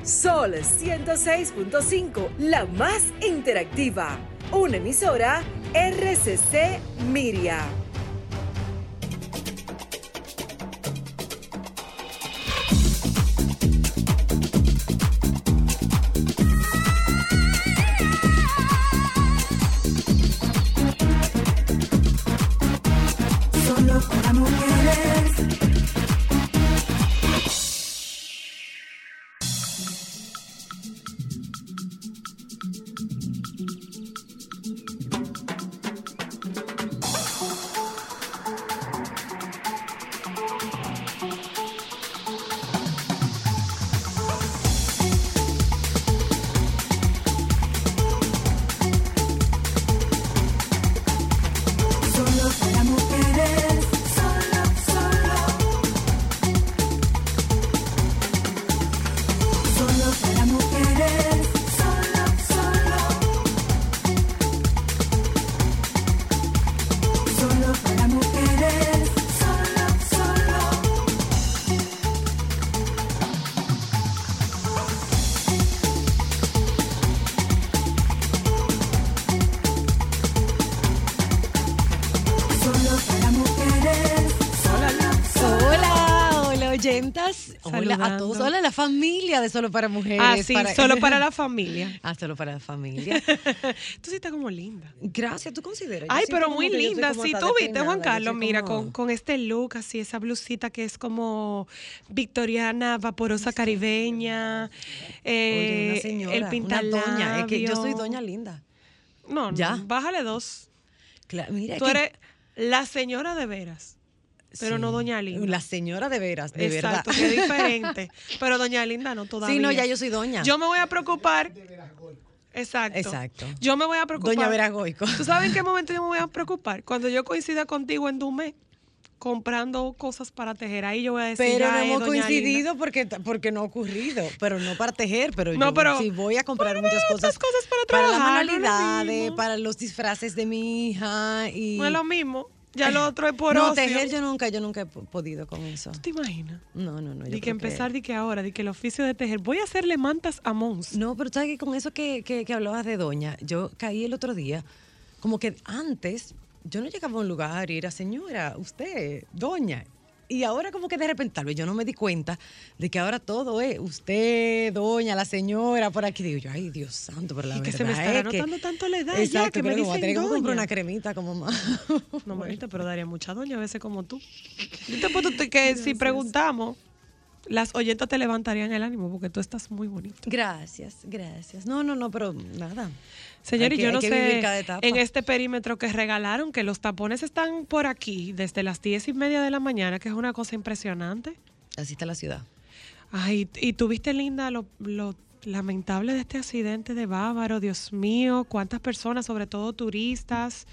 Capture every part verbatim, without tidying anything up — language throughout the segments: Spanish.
Sol ciento seis punto cinco, la más interactiva. Una emisora R C C Miria. Solo para mujeres. Hola a todos, hola a la familia de Solo para Mujeres. Ah, sí, para... solo para la familia. Ah, solo para la familia. Tú sí estás como linda. Gracias, ¿tú consideras? Yo Ay, pero muy linda. Sí, tú viste, Juan Carlos, mira, como... con, con este look así, esa blusita que es como victoriana, vaporosa, sí, caribeña. Eh, Oye, una señora, el pintalabio. Una doña, es que yo soy doña linda. No, no, ¿Ya? Bájale dos. Claro, mira, tú que... eres la señora de veras. Pero sí, no Doña Linda. La señora de veras, de Exacto, verdad. Que es diferente. Pero Doña Linda no todavía. Sí, no, ya yo soy doña. Yo me voy a preocupar. Exacto. Exacto. Yo me voy a preocupar. Doña Veragoico. ¿Tú sabes en qué momento yo me voy a preocupar? Cuando yo coincida contigo en Dumé comprando cosas para tejer. Ahí yo voy a decir, pero ya no es hemos Doña coincidido Linda. porque, porque no ha ocurrido, pero no para tejer, pero no, yo pero, sí voy a comprar bueno, muchas cosas, cosas para trabajar, para las manualidades, no para los disfraces de mi hija y no es lo mismo. Ya lo otro es por no, ocio. tejer yo nunca, yo nunca he podido con eso. ¿Tú te imaginas? No, no, no. De que empezar, que... de que ahora, de que el oficio de tejer. Voy a hacerle mantas a Mons. No, pero sabes que con eso que, que, que hablabas de doña, yo caí el otro día, como que antes yo no llegaba a un lugar y era señora, usted, doña. Y ahora como que de repente, tal vez yo no me di cuenta de que ahora todo es usted, doña, la señora, por aquí. Digo yo, ay, Dios santo, pero la y verdad que se me estará es notando que, tanto la edad exacto, ya, que me dicen tener que doña. comprar una cremita como más. No, manita, pero daría mucha doña a veces como tú. Yo te puedo que Gracias. Si preguntamos, las oyentas te levantarían el ánimo porque tú estás muy bonita. Gracias, gracias. No, no, no, pero nada. Señor, y yo no sé, en este perímetro que regalaron, que los tapones están por aquí desde las diez y media de la mañana, que es una cosa impresionante. Así está la ciudad. Ay, y tú viste, Linda, lo, lo lamentable de este accidente de Bávaro. Dios mío, cuántas personas, sobre todo turistas,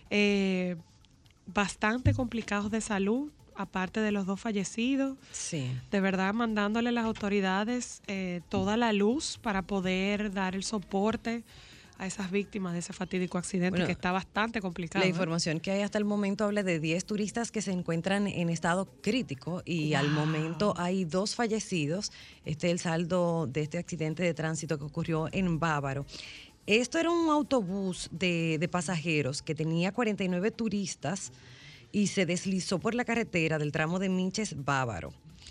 eh, bastante complicados de salud, aparte de los dos fallecidos. Sí. De verdad, mandándole a las autoridades eh, toda la luz para poder dar el soporte a esas víctimas de ese fatídico accidente, bueno, que está bastante complicado. La ¿eh? información que hay hasta el momento habla de diez turistas que se encuentran en estado crítico y wow. Al momento hay dos fallecidos. Este es el saldo de este accidente de tránsito que ocurrió en Bávaro. Esto era un autobús de, de pasajeros que tenía cuarenta y nueve turistas y se deslizó por la carretera del tramo de Minches-Bávaro.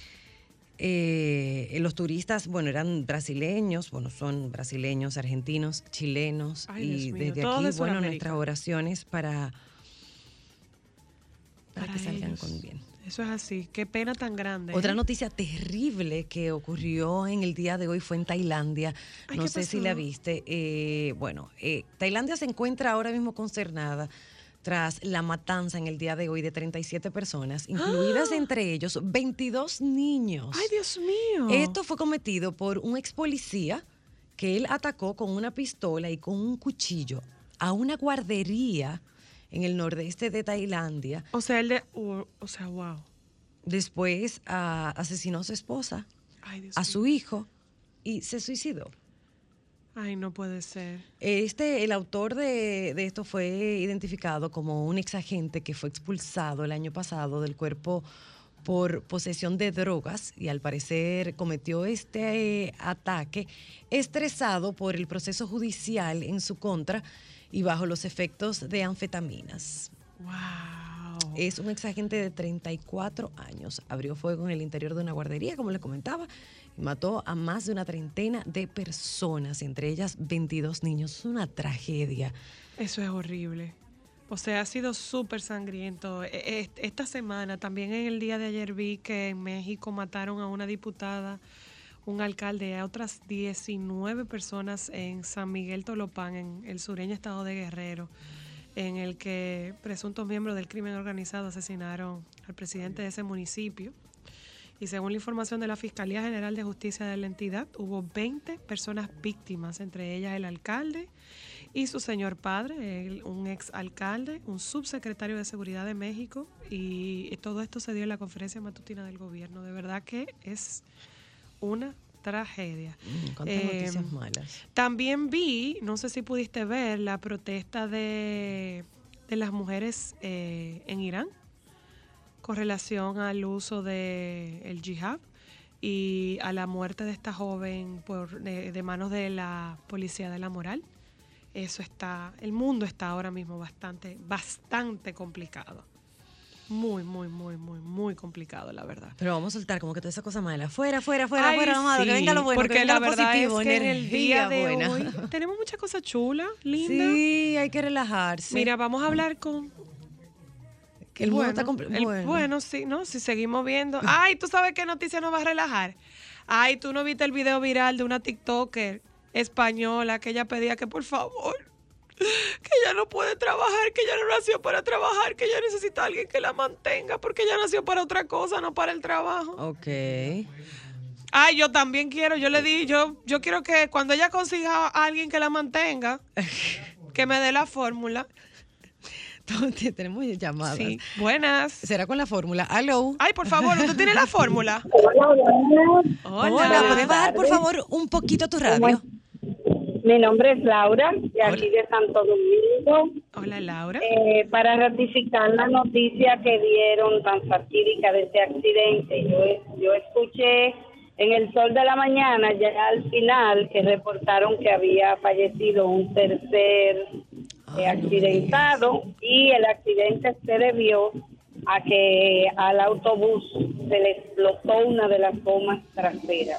Eh, los turistas, bueno, eran brasileños, bueno, son brasileños, argentinos, chilenos. Ay, y Dios desde mío, aquí, de bueno, nuestras oraciones para, para, para que salgan ellos. Con bien. Eso es así, qué pena tan grande. Otra ¿eh? noticia terrible que ocurrió en el día de hoy fue en Tailandia. Ay, no sé pasó? si la viste. Eh, bueno, eh, Tailandia se encuentra ahora mismo consternada tras la matanza en el día de hoy de treinta y siete personas, incluidas ¡ah! Entre ellos veintidós niños. ¡Ay, Dios mío! Esto fue cometido por un ex policía que él atacó con una pistola y con un cuchillo a una guardería en el nordeste de Tailandia. O sea, él de... Uh, o sea, wow. Después uh, asesinó a su esposa, Ay, Dios a mío. su hijo y se suicidó. Ay, no puede ser. Este, el autor de, de esto fue identificado como un ex agente que fue expulsado el año pasado del cuerpo por posesión de drogas y al parecer cometió este eh, ataque estresado por el proceso judicial en su contra y bajo los efectos de anfetaminas. Wow. Es un exagente de treinta y cuatro años. Abrió fuego en el interior de una guardería, como les comentaba, y mató a más de una treintena de personas, entre ellas veintidós niños. Es una tragedia. Eso es horrible. O sea, ha sido súper sangriento. Esta semana, también en el día de ayer, vi que en México mataron a una diputada, un alcalde y a otras diecinueve personas en San Miguel Tolopán, en el sureño estado de Guerrero, en el que presuntos miembros del crimen organizado asesinaron al presidente de ese municipio. Y según la información de la Fiscalía General de Justicia de la entidad, hubo veinte personas víctimas, entre ellas el alcalde y su señor padre, el, un ex alcalde, un subsecretario de Seguridad de México, y todo esto se dio en la conferencia matutina del gobierno. De verdad que es una tragedia. Mm, ¿Cuántas eh, noticias malas? También vi, no sé si pudiste ver, la protesta de, de las mujeres eh, en Irán con relación al uso del de yihad y a la muerte de esta joven por de, de manos de la policía de la moral. Eso está, el mundo está ahora mismo bastante, bastante complicado. Muy, muy, muy, muy, muy complicado, la verdad. Pero vamos a soltar como que toda esa cosa mala. Fuera, fuera, fuera, Ay, fuera, amado, sí, que venga lo bueno, porque que venga la lo verdad positivo, es que en el día de buena. hoy tenemos muchas cosas chulas, lindas. Sí, hay que relajarse. Mira, vamos a hablar con... Que el bueno, mundo está compl- el, bueno. bueno, sí, ¿no? Si seguimos viendo. Ay, ¿tú sabes qué noticia nos va a relajar? Ay, ¿tú no viste el video viral de una TikToker española que ella pedía que por favor, que ella no puede trabajar, que ella no nació para trabajar, que ella necesita a alguien que la mantenga, porque ella nació para otra cosa, no para el trabajo? Ok. Ay, yo también quiero, yo le di, yo, yo quiero que cuando ella consiga a alguien que la mantenga, que me dé la fórmula. Tenemos llamadas. Sí, buenas. ¿Será con la fórmula? Hello. Ay, por favor, ¿usted tiene la fórmula? Hola, Hola. ¿puedes bajar por favor un poquito tu radio? Mi nombre es Laura, de aquí de Santo Domingo. Hola, Laura. Eh, para ratificar la noticia que dieron tan fatídica de este accidente, yo, yo escuché en el Sol de la Mañana, ya al final, que reportaron que había fallecido un tercer eh, accidentado, y el accidente se debió a que al autobús se le explotó una de las gomas traseras.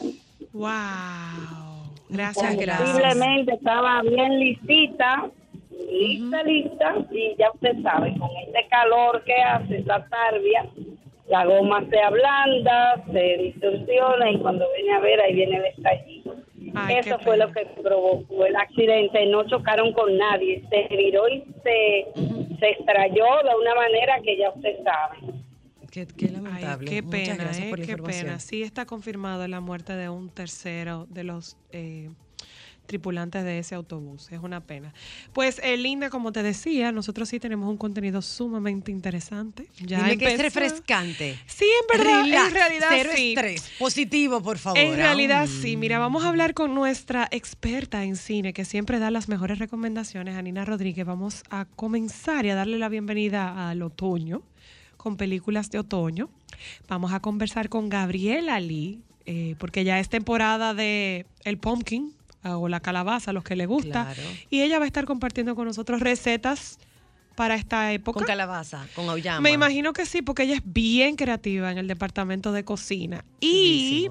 Wow. Gracias, gracias. Posiblemente estaba bien listita, lista, uh-huh. lista, y ya usted sabe, con este calor que hace, esta tarbia, la goma se ablanda, se distorsiona, y cuando viene a ver, ahí viene el estallido. Ay, eso fue lo que provocó el accidente. No chocaron con nadie, se viró y se, uh-huh. se extrayó de una manera que ya usted sabe. Qué, qué lamentable. Ay, qué Muchas pena, gracias eh, por la qué información. pena. Sí está confirmado la muerte de un tercero de los eh, tripulantes de ese autobús. Es una pena. Pues, eh, Linda, como te decía, nosotros sí tenemos un contenido sumamente interesante. Ya Dime empezó... que es refrescante. Sí, en verdad, Relax, en realidad cero sí. estrés. Positivo, por favor. En realidad mm. sí. Mira, vamos a hablar con nuestra experta en cine, que siempre da las mejores recomendaciones, Anina Rodríguez. Vamos a comenzar y a darle la bienvenida al otoño, con películas de otoño. Vamos a conversar con Gabriela Lee, eh, porque ya es temporada de el pumpkin, o la calabaza, a los que le gusta. Claro. Y ella va a estar compartiendo con nosotros recetas para esta época. Con calabaza, con auyama. Me imagino que sí, porque ella es bien creativa en el departamento de cocina. Y,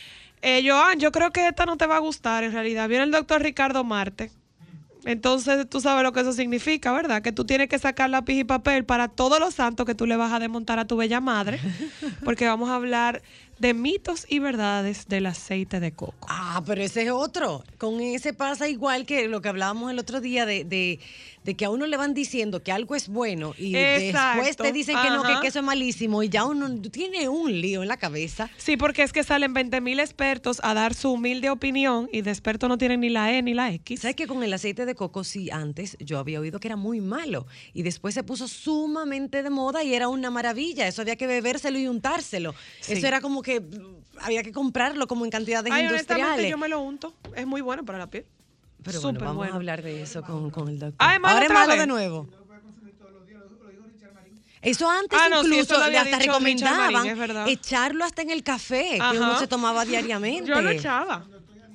eh, Joan, yo creo que esta no te va a gustar en realidad. Viene el doctor Ricardo Marte. Entonces, tú sabes lo que eso significa, ¿verdad? Que tú tienes que sacar lápiz y papel para todos los santos que tú le vas a desmontar a tu bella madre, porque vamos a hablar de mitos y verdades del aceite de coco. Ah, pero ese es otro. Con ese pasa igual que lo que hablábamos el otro día de, de, de que a uno le van diciendo que algo es bueno y Exacto. después te dicen que Ajá. no, que, que eso es malísimo y ya uno tiene un lío en la cabeza. Sí, porque es que salen veinte mil expertos a dar su humilde opinión y de expertos no tienen ni la E ni la X. ¿Sabes que con el aceite de coco sí antes yo había oído que era muy malo y después se puso sumamente de moda y era una maravilla? Eso había que bebérselo y untárselo. Sí. Eso era como que había que comprarlo como en cantidades Ay, industriales. honestamente, yo me lo unto. Es muy bueno para la piel. Pero Súper bueno, vamos bueno. a hablar de eso con, con el doctor. Ah, ¿es malo Ahora es otra malo vez? de nuevo. Eso antes Ah, no, sí, incluso eso lo le había hasta dicho Richard recomendaban Marín, es verdad. echarlo hasta en el café que Ajá. uno se tomaba diariamente. Yo lo echaba.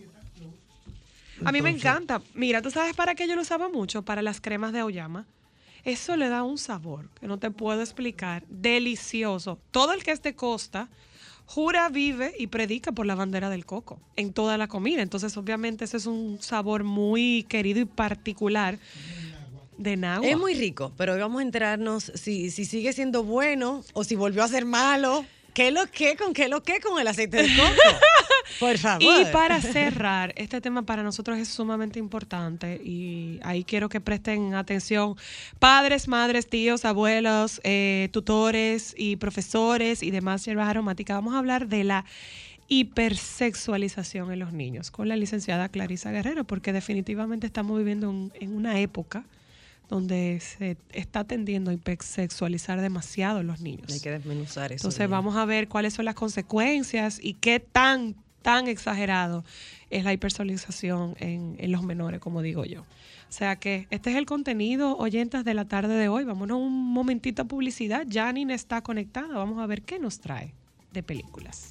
A mí me Entonces- encanta. Mira, ¿tú sabes para qué yo lo usaba mucho? Para las cremas de auyama. Eso le da un sabor que no te puedo explicar. Delicioso. Todo el que es de costa jura, vive y predica por la bandera del coco en toda la comida. Entonces, obviamente, ese es un sabor muy querido y particular de Nagua. Es muy rico, pero hoy vamos a enterarnos si, si sigue siendo bueno o si volvió a ser malo. ¿Qué lo que con qué lo que con el aceite de coco? Por favor. Y para cerrar, este tema para nosotros es sumamente importante y ahí quiero que presten atención padres, madres, tíos, abuelos, eh, tutores y profesores y demás hierbas aromáticas. Vamos a hablar de la hipersexualización en los niños con la licenciada Clarisa Guerrero, porque definitivamente estamos viviendo un- en una época donde se está tendiendo a hipersexualizar demasiado a los niños. Hay que desmenuzar eso. Entonces bien. vamos a ver cuáles son las consecuencias y qué tan, tan exagerado es la hipersexualización en, en los menores, como digo yo. O sea que este es el contenido, oyentes de la tarde de hoy. Vámonos un momentito a publicidad. Janine está conectada. Vamos a ver qué nos trae de películas.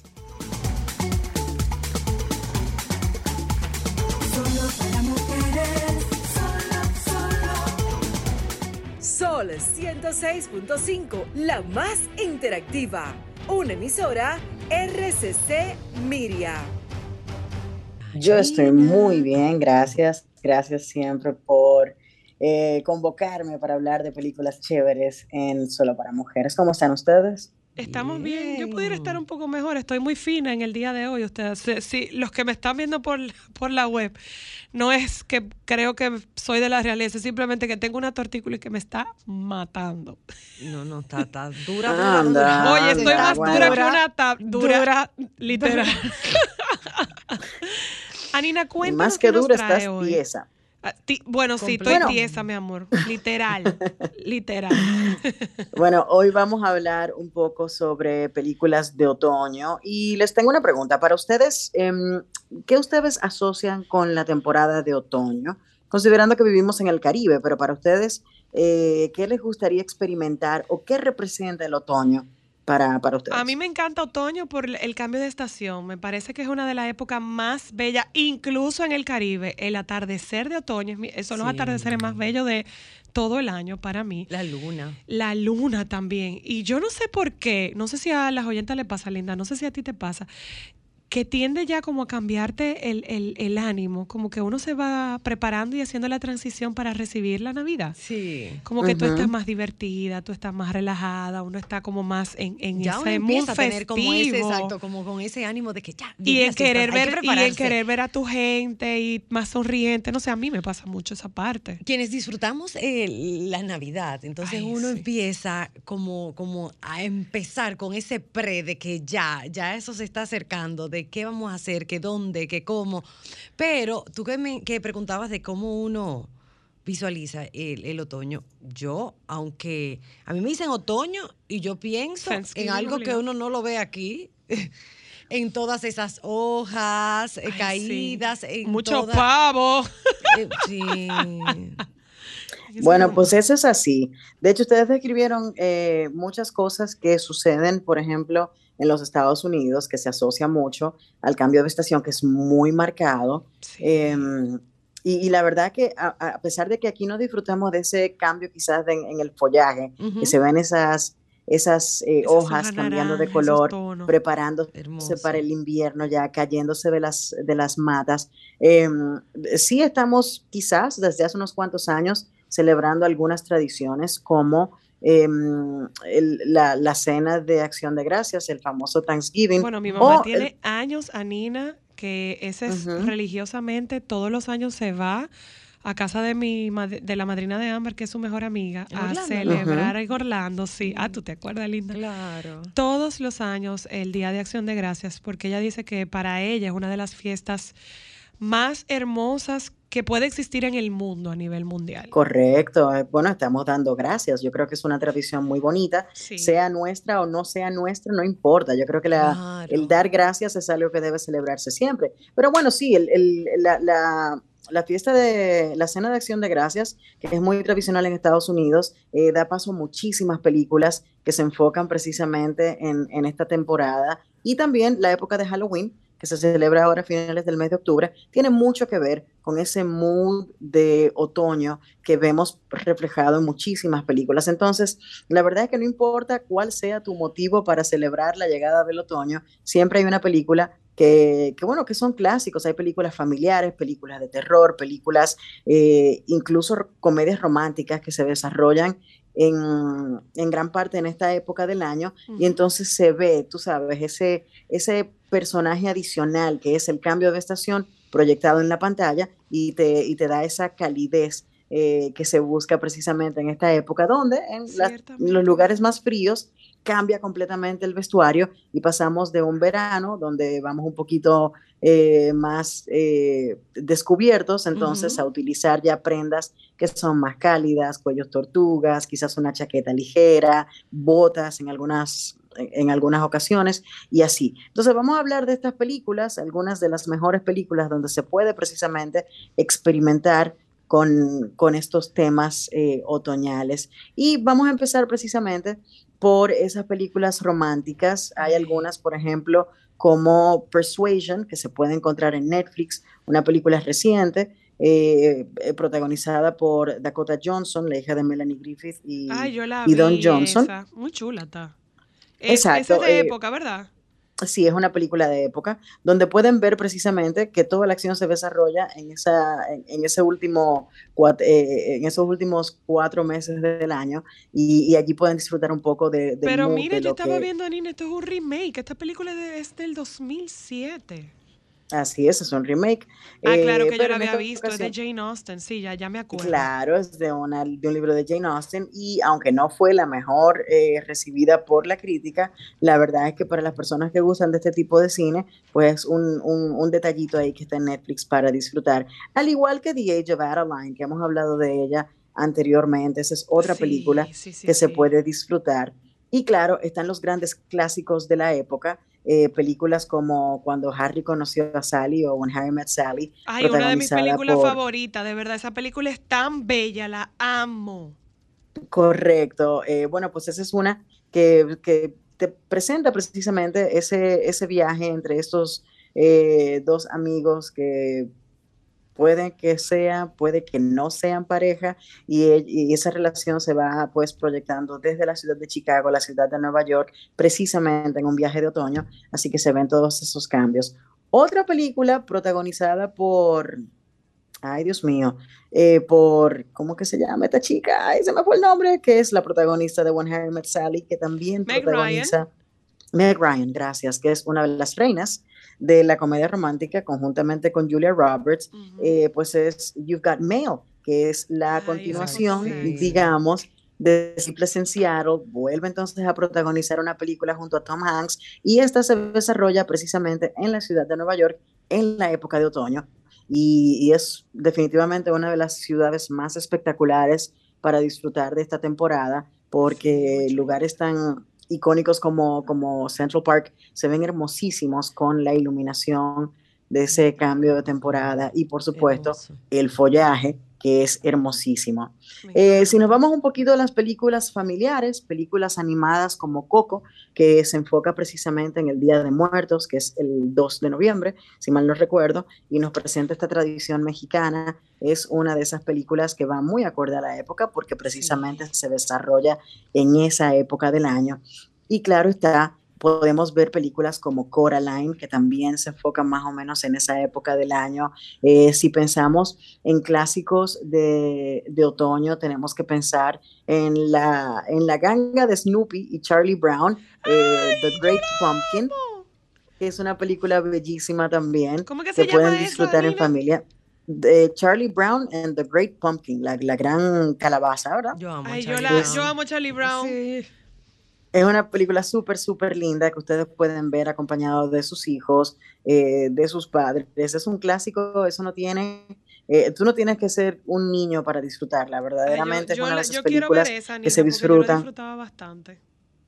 Solo para mujeres. Solo, solo. Sol ciento seis punto cinco, la más interactiva. Una emisora R C C Miria. Yo estoy muy bien, gracias. Gracias siempre por eh, convocarme para hablar de películas chéveres en Solo para Mujeres. ¿Cómo están ustedes? Estamos bien. Yo Bien. pudiera estar un poco mejor. Estoy muy fina en el día de hoy. Ustedes, si, si los que me están viendo por, por la web, no es que creo que soy de la realeza, es simplemente que tengo una tortícula y que me está matando. No, no, está, está dura, dura, Anda. dura. Oye, estoy Anda, más bueno. dura que una tap. Dura, dura, literal. Anina, Y cuéntanos más que qué nos dura, trae estás hoy. tiesa. Ah, ti- bueno, sí, estoy Completo. tiesa, mi amor. Literal. Literal. Bueno, hoy vamos a hablar un poco sobre películas de otoño y les tengo una pregunta para ustedes. em, ¿Qué ustedes asocian con la temporada de otoño? Considerando que vivimos en el Caribe, pero para ustedes, eh, ¿qué les gustaría experimentar o qué representa el otoño para, para ustedes? A mí me encanta otoño por el cambio de estación. Me parece que es una de las épocas más bellas, incluso en el Caribe. El atardecer de otoño es mi- son los Sí. atardeceres más bellos de todo el año para mí. La luna. La luna también. Y yo no sé por qué, no sé si a las oyentas le pasa, Linda, no sé si a ti te pasa, que tiende ya como a cambiarte el, el, el ánimo, como que uno se va preparando y haciendo la transición para recibir la Navidad. Sí. Como que tú Ujú. estás más divertida, tú estás más relajada, uno está como más en, en Ya uno ese mood empieza a tener como ese, festivo. exacto, como con ese ánimo de que ya. Y viene en, las fiestas, querer hay que ver, y en prepararse. querer ver a tu gente y más sonriente. No sé, a mí me pasa mucho esa parte. Quienes disfrutamos eh, la Navidad, entonces Ay, uno sí. empieza como, como a empezar con ese pre de que ya, ya eso se está acercando, de qué vamos a hacer, qué dónde, qué cómo. Pero tú que me que preguntabas de cómo uno visualiza el, el otoño, yo, aunque a mí me dicen otoño y yo pienso en Thanksgiving algo que obligado. uno no lo ve aquí, en todas esas hojas eh, Ay, sí. caídas, en Mucho toda- pavo. eh, sí. Bueno, pues eso es así. De hecho, ustedes describieron eh, muchas cosas que suceden, por ejemplo, en los Estados Unidos, que se asocia mucho al cambio de estación, que es muy marcado. Sí. Em, y, y la verdad que a, a pesar de que aquí no disfrutamos de ese cambio quizás de- en el follaje, Ujú. que se ven esas, esas, eh, Esas hojas hojas cambiando de naranjas, color, esos tonos. preparándose Hermoso. para el invierno, ya cayéndose de las, de las matas. Em, sí estamos quizás desde hace unos cuantos años celebrando algunas tradiciones como em, el- la, la cena de Acción de Gracias, el famoso Thanksgiving. Bueno, mi mamá o tiene el- años, Anina, que ese es Ujú. religiosamente, todos los años se va a casa de mi mad- de la madrina de Amber, que es su mejor amiga, ¿En a Orlando? celebrar en Orlando, sí. Ah, ¿tú te acuerdas, Linda? Claro. Todos los años el Día de Acción de Gracias, porque ella dice que para ella es una de las fiestas más hermosas que puede existir en el mundo a nivel mundial. Correcto. eh, Bueno, estamos dando gracias. Yo creo que es una tradición muy bonita, Sí. sea nuestra o no sea nuestra, no importa. Yo creo que la, Claro. el dar gracias es algo que debe celebrarse siempre. Pero bueno, sí, el, el- la, la- la fiesta de la Cena de Acción de Gracias, que es muy tradicional en Estados Unidos, eh, da paso a muchísimas películas que se enfocan precisamente en, en esta temporada. Y también la época de Halloween, que se celebra ahora a finales del mes de octubre, tiene mucho que ver con ese mood de otoño que vemos reflejado en muchísimas películas. Entonces, la verdad es que no importa cuál sea tu motivo para celebrar la llegada del otoño, siempre hay una película que, que bueno, que son clásicos. Hay películas familiares, películas de terror, películas, eh, incluso comedias románticas que se desarrollan en, en gran parte en esta época del año, y Ujú. entonces se ve, tú sabes, ese, ese personaje adicional que es el cambio de estación proyectado en la pantalla y te, y te da esa calidez eh, que se busca precisamente en esta época, donde en, la- en los Ciertamente. lugares más fríos cambia completamente el vestuario y pasamos de un verano donde vamos un poquito eh, más eh, descubiertos, entonces a Ujú. utilizar ya prendas que son más cálidas, cuellos tortugas, quizás una chaqueta ligera, botas en algunas, en algunas ocasiones y así. Entonces vamos a hablar de estas películas, algunas de las mejores películas donde se puede precisamente experimentar con, con estos temas eh, otoñales. Y vamos a empezar precisamente por esas películas románticas. Hay Ay. algunas, por ejemplo, como Persuasion, que se puede encontrar en Netflix, una película reciente, eh, eh, protagonizada por Dakota Johnson, la hija de Melanie Griffith Ay, y, yo la y Don vi Johnson. esa. Muy chula está. Es, esa es Exacto, de eh, época, ¿verdad? sí, es una película de época, donde pueden ver precisamente que toda la acción se desarrolla en, esa, en, en ese último, cuat- eh, en esos últimos cuatro meses del año, y, y allí pueden disfrutar un poco de- del Pero mood, mira, de yo lo estaba que. viendo, Nina, esto es un remake. Esta película es, de- es del dos mil siete. Así es, es un remake, Ah, claro eh, que yo pero la en había esta visto. Es de ocasión. Jane Austen. Sí, ya, ya me acuerdo. Claro, es de, una, de un libro de Jane Austen, y aunque no fue la mejor eh, recibida por la crítica, la verdad es que para las personas que gustan de este tipo de cine, pues un, un, un detallito ahí que está en Netflix para disfrutar. Al igual que The Age of Adeline, que hemos hablado de ella anteriormente, esa es otra película Sí, sí, sí, que se sí. puede disfrutar. Y claro, están los grandes clásicos de la época, eh, películas como Cuando Harry conoció a Sally o When Harry Met Sally, Ay, una de mis protagonizada películas por. favoritas, de verdad. Esa película es tan bella, la amo. Correcto. Eh, bueno, pues esa es una que, que te presenta precisamente ese, ese viaje entre estos eh, dos amigos que puede que sean, puede que no sean pareja, y, e- y esa relación se va pues proyectando desde la ciudad de Chicago a la ciudad de Nueva York, precisamente en un viaje de otoño, así que se ven todos esos cambios. Otra película protagonizada por, ay, Dios mío, eh, por, ¿cómo que se llama esta chica? Ay, se me fue el nombre, que es la protagonista de When Harry Met Sally, que también Meg Ryan. protagoniza Meg Ryan, gracias, que es una de las reinas de la comedia romántica, conjuntamente con Julia Roberts. Ujú. Eh, pues es You've Got Mail, que es la Ay, esa con continuación, Tom Hanks. Sí. digamos, de Sleepless in Seattle. Vuelve entonces a protagonizar una película junto a Tom Hanks, y esta se desarrolla precisamente en la ciudad de Nueva York en la época de otoño, y, y es definitivamente una de las ciudades más espectaculares para disfrutar de esta temporada, Sí, muy porque chula. lugares tan icónicos como, como Central Park se ven hermosísimos con la iluminación de ese cambio de temporada, y por supuesto Hermoso. el follaje, que es hermosísimo. Me Eh, si nos encanta. vamos un poquito a las películas familiares, películas animadas como Coco, que se enfoca precisamente en el Día de Muertos, que es el dos de noviembre, si mal no recuerdo, y nos presenta esta tradición mexicana, es una de esas películas que va muy acorde a la época porque precisamente Sí. se desarrolla en esa época del año. Y claro está, podemos ver películas como Coraline, que también se enfocan más o menos en esa época del año. Eh, si pensamos en clásicos de, de, otoño, tenemos que pensar en la, en la ganga de Snoopy y Charlie Brown, eh, The ¡Ay, yo Great Pumpkin, la amo! que es una película bellísima también, ¿Cómo que que se pueden llama esa, disfrutar en Nina? familia. De Charlie Brown and the Great Pumpkin, la, la gran calabaza, ¿verdad? Yo amo a Ay, yo Charlie la, yo Es, Brown. amo a Charlie Brown. Sí. es una película súper, súper linda que ustedes pueden ver acompañados de sus hijos, eh, de sus padres. Es un clásico, eso no tiene, eh, tú no tienes que ser un niño para disfrutarla, Ay, yo, verdaderamente es yo, una de la, esas yo quiero ver películas esa, que se Nina, porque yo la disfrutan. disfrutaba bastante.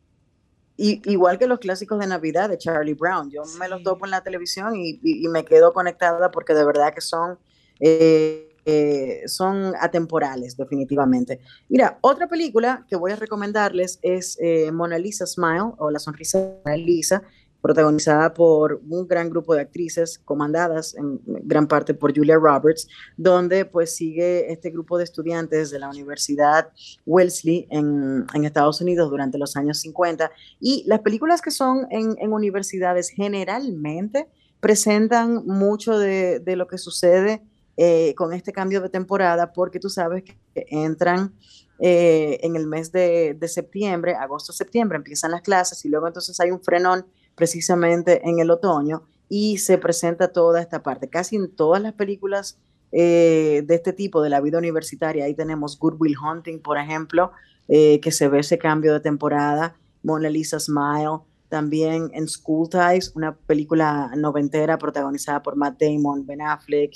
Me Y, igual encanta. que los clásicos de Navidad de Charlie Brown, yo me los Sí. topo en la televisión y, y, y me quedo conectada porque de verdad que son Eh, eh, son atemporales, definitivamente. Mira, otra película que voy a recomendarles es eh, Mona Lisa Smile o La Sonrisa de Mona Lisa, protagonizada por un gran grupo de actrices, comandadas en gran parte por Julia Roberts, donde pues sigue este grupo de estudiantes de la Universidad Wellesley en, en Estados Unidos durante los años cincuenta. Y las películas que son en, en universidades generalmente presentan mucho de, de lo que sucede eh, con este cambio de temporada, porque tú sabes que entran eh, en el mes de, de septiembre, agosto-septiembre, empiezan las clases y luego entonces hay un frenón precisamente en el otoño y se presenta toda esta parte. Casi en todas las películas eh, de este tipo de la vida universitaria, ahí tenemos Good Will Hunting, por ejemplo, eh, que se ve ese cambio de temporada, Mona Lisa Smile, también en School Ties, una película noventera protagonizada por Matt Damon, Ben Affleck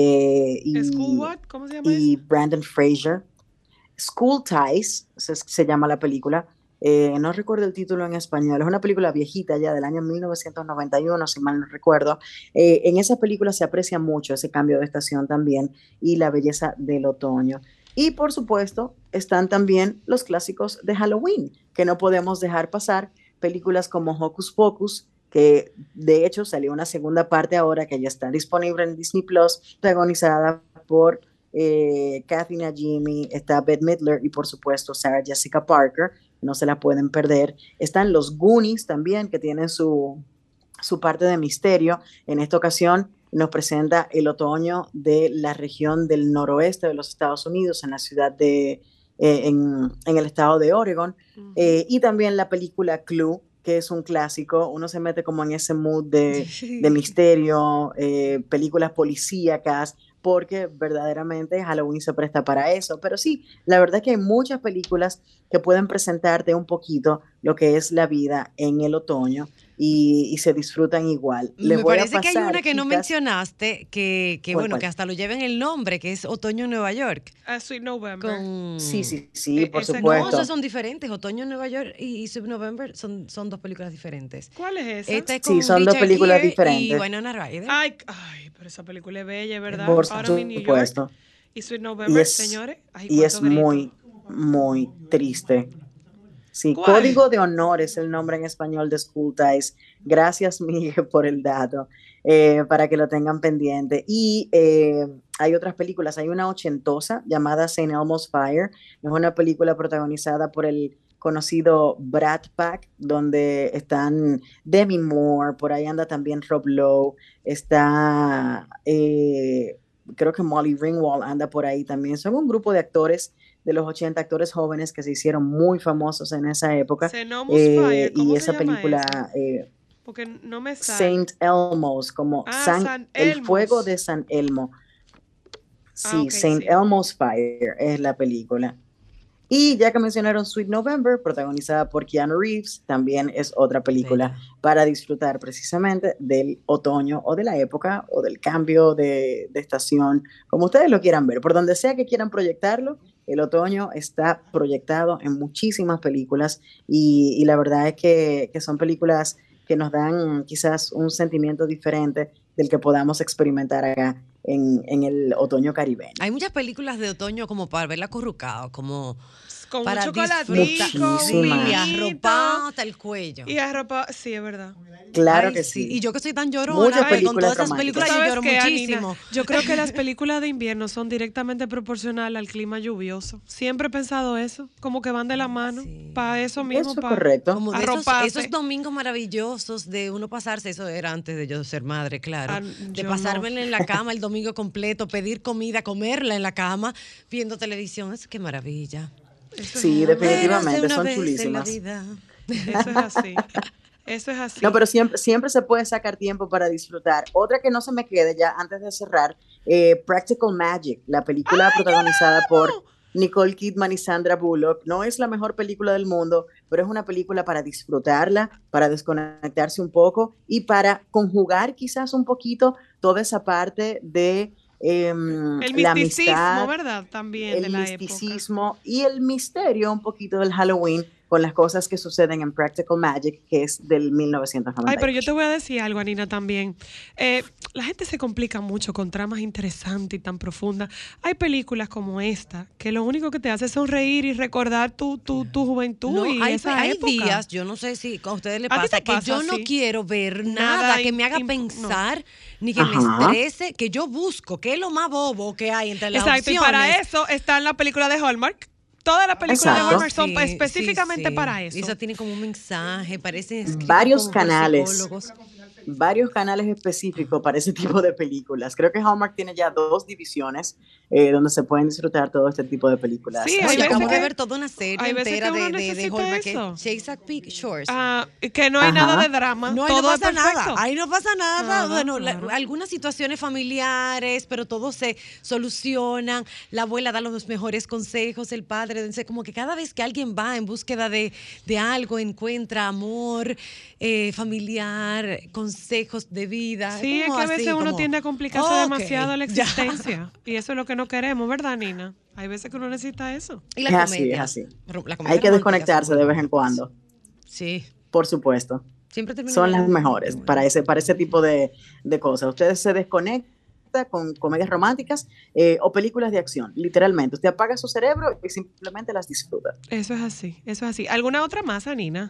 eh, ¿School y, what? ¿Cómo se llama y eso? Brandon Fraser. School Ties se, se llama la película. Eh, no recuerdo el título en español, es una película viejita ya del año mil novecientos noventa y uno, si mal no recuerdo. Eh, en esa película se aprecia mucho ese cambio de estación también y la belleza del otoño. Y por supuesto están también los clásicos de Halloween, que no podemos dejar pasar, películas como Hocus Pocus, que de hecho salió una segunda parte ahora que ya está disponible en Disney Plus, protagonizada por eh, Kathy Najimy, está Bette Midler y por supuesto Sarah Jessica Parker, no se la pueden perder. Están los Goonies también, que tienen su, su parte de misterio. En esta ocasión nos presenta el otoño de la región del noroeste de los Estados Unidos, en la ciudad de, eh, en, en el estado de Oregon. Uh-huh. Eh, y también la película Clue, que es un clásico. Uno se mete como en ese mood de, de misterio, eh, películas policíacas, porque verdaderamente Halloween se presta para eso. Pero sí, la verdad es que hay muchas películas que pueden presentarte un poquito lo que es la vida en el otoño y, y se disfrutan igual. Les Me voy parece a pasar, que hay una que chicas, no mencionaste, que, que bueno, cuál? que hasta lo lleven el nombre, que es Otoño en Nueva York. Uh, Sweet November. Con... Sí, sí, sí, eh, por esa, supuesto. No, esos son diferentes. Otoño en Nueva York y, y Sweet November son, son dos películas diferentes. ¿Cuál es esa? Esta es con sí, son Richard dos películas Gere diferentes. Y Winona Ryder. Ay, ay, pero esa película es bella, ¿verdad? Por Ahora mi New supuesto. York. Y Sweet November, y es, señores. Ay, y es grito. muy, muy triste. Sí, ¿Cuál? Código de Honor es el nombre en español de School Ties. Gracias, Miguel, por el dato, eh, para que lo tengan pendiente. Y eh, hay otras películas. Hay una ochentosa llamada Saint Elmo's Fire. Es una película protagonizada por el conocido Brat Pack, donde están Demi Moore, por ahí anda también Rob Lowe, está... Eh, creo que Molly Ringwald anda por ahí también. Son un grupo de actores de los ochenta, actores jóvenes que se hicieron muy famosos en esa época. Eh, Fire, ¿cómo y se esa llama película... Eh, Porque no me sale. Saint Elmo's, como ah, San, San el fuego de San Elmo. Sí, ah, okay, Saint sí. Elmo's Fire es la película. Y ya que mencionaron Sweet November, protagonizada por Keanu Reeves, también es otra película sí. para disfrutar precisamente del otoño o de la época o del cambio de, de estación, como ustedes lo quieran ver. Por donde sea que quieran proyectarlo, el otoño está proyectado en muchísimas películas y, y la verdad es que, que son películas que nos dan quizás un sentimiento diferente del que podamos experimentar acá en, en el otoño caribeño. Hay muchas películas de otoño como para verla acurrucado, como con para un chocolatico y arropado hasta el cuello. Y arropado, sí, es verdad. Claro Ay, que sí. sí. Y yo que soy tan llorona, Ay, con todas esas películas yo lloro qué, muchísimo. Anina? Yo creo que las películas de invierno son directamente proporcionales al clima lluvioso. Siempre he pensado eso, como que van de la mano. Sí. Para eso mismo, eso para correcto. Como de esos, esos domingos maravillosos de uno pasarse, eso era antes de yo ser madre, claro. Ah, de pasarme no. en la cama el domingo completo, pedir comida, comerla en la cama, viendo televisión. Eso qué maravilla. Eso sí, es definitivamente, son chulísimas. Eso es así. Eso es así. No, pero siempre, siempre se puede sacar tiempo para disfrutar. Otra que no se me quede ya antes de cerrar, eh, Practical Magic, la película ¡Ay, protagonizada por Nicole Kidman y Sandra Bullock. No es la mejor película del mundo, pero es una película para disfrutarla, para desconectarse un poco y para conjugar quizás un poquito toda esa parte de eh, el la misticismo, amistad, ¿verdad? También el de la misticismo época. Y el misterio un poquito del Halloween, con las cosas que suceden en Practical Magic, que es del mil novecientos noventa y ocho. Ay, pero yo te voy a decir algo, Anina, también. Eh, la gente se complica mucho con tramas interesantes y tan profundas. Hay películas como esta que lo único que te hace es sonreír y recordar tu, tu, tu juventud No, y hay, esa hay época. días, yo no sé si a ustedes les ¿A ti pasa, te que pasa yo no así? quiero ver Nada nada, que me haga im- im- pensar, ni que me Ajá. estrese, que yo busco, que es lo más bobo que hay entre las Exacto, y opciones. para eso está en la película de Hallmark. Todas las películas de Exacto. Hallmark son Sí, específicamente sí, sí. para eso. Y eso tiene como un mensaje, parecen escritos Varios como por canales. psicólogos. Varios canales específicos para ese tipo de películas. Creo que Hallmark tiene ya dos divisiones eh, donde se pueden disfrutar todo este tipo de películas. Sí, No, hay yo veces acabo de que- ver toda una serie hay veces entera que uno de, de, de necesita Hallmark, que eso. es Chesapeake Shores. Ah, que no hay Ajá. nada de drama. No, ahí todo no es pasa perfecto. nada. Ahí no pasa nada. Nada, bueno, la- claro. algunas situaciones familiares, pero todo se solucionan. La abuela da los mejores consejos, el padre. Entonces, como que cada vez que alguien va en búsqueda de, de algo, encuentra amor eh, familiar, consejos de vida. Sí, es como que a veces así, uno como, tiende a complicarse ok, demasiado la ya. existencia. Y eso es lo que no queremos, ¿verdad, Nina? Hay veces que uno necesita eso. Y la Es así, comedia. es así. Ro- la comedia Hay que romántica desconectarse son de vez buenas. en cuando, Sí. por supuesto. Siempre termino Son las llorando. mejores para ese, para ese tipo de, de cosas. Ustedes se desconectan con comedias románticas eh, o películas de acción, literalmente. Usted apaga su cerebro y simplemente las disfruta. Eso es así, eso es así. ¿Alguna otra más, Nina?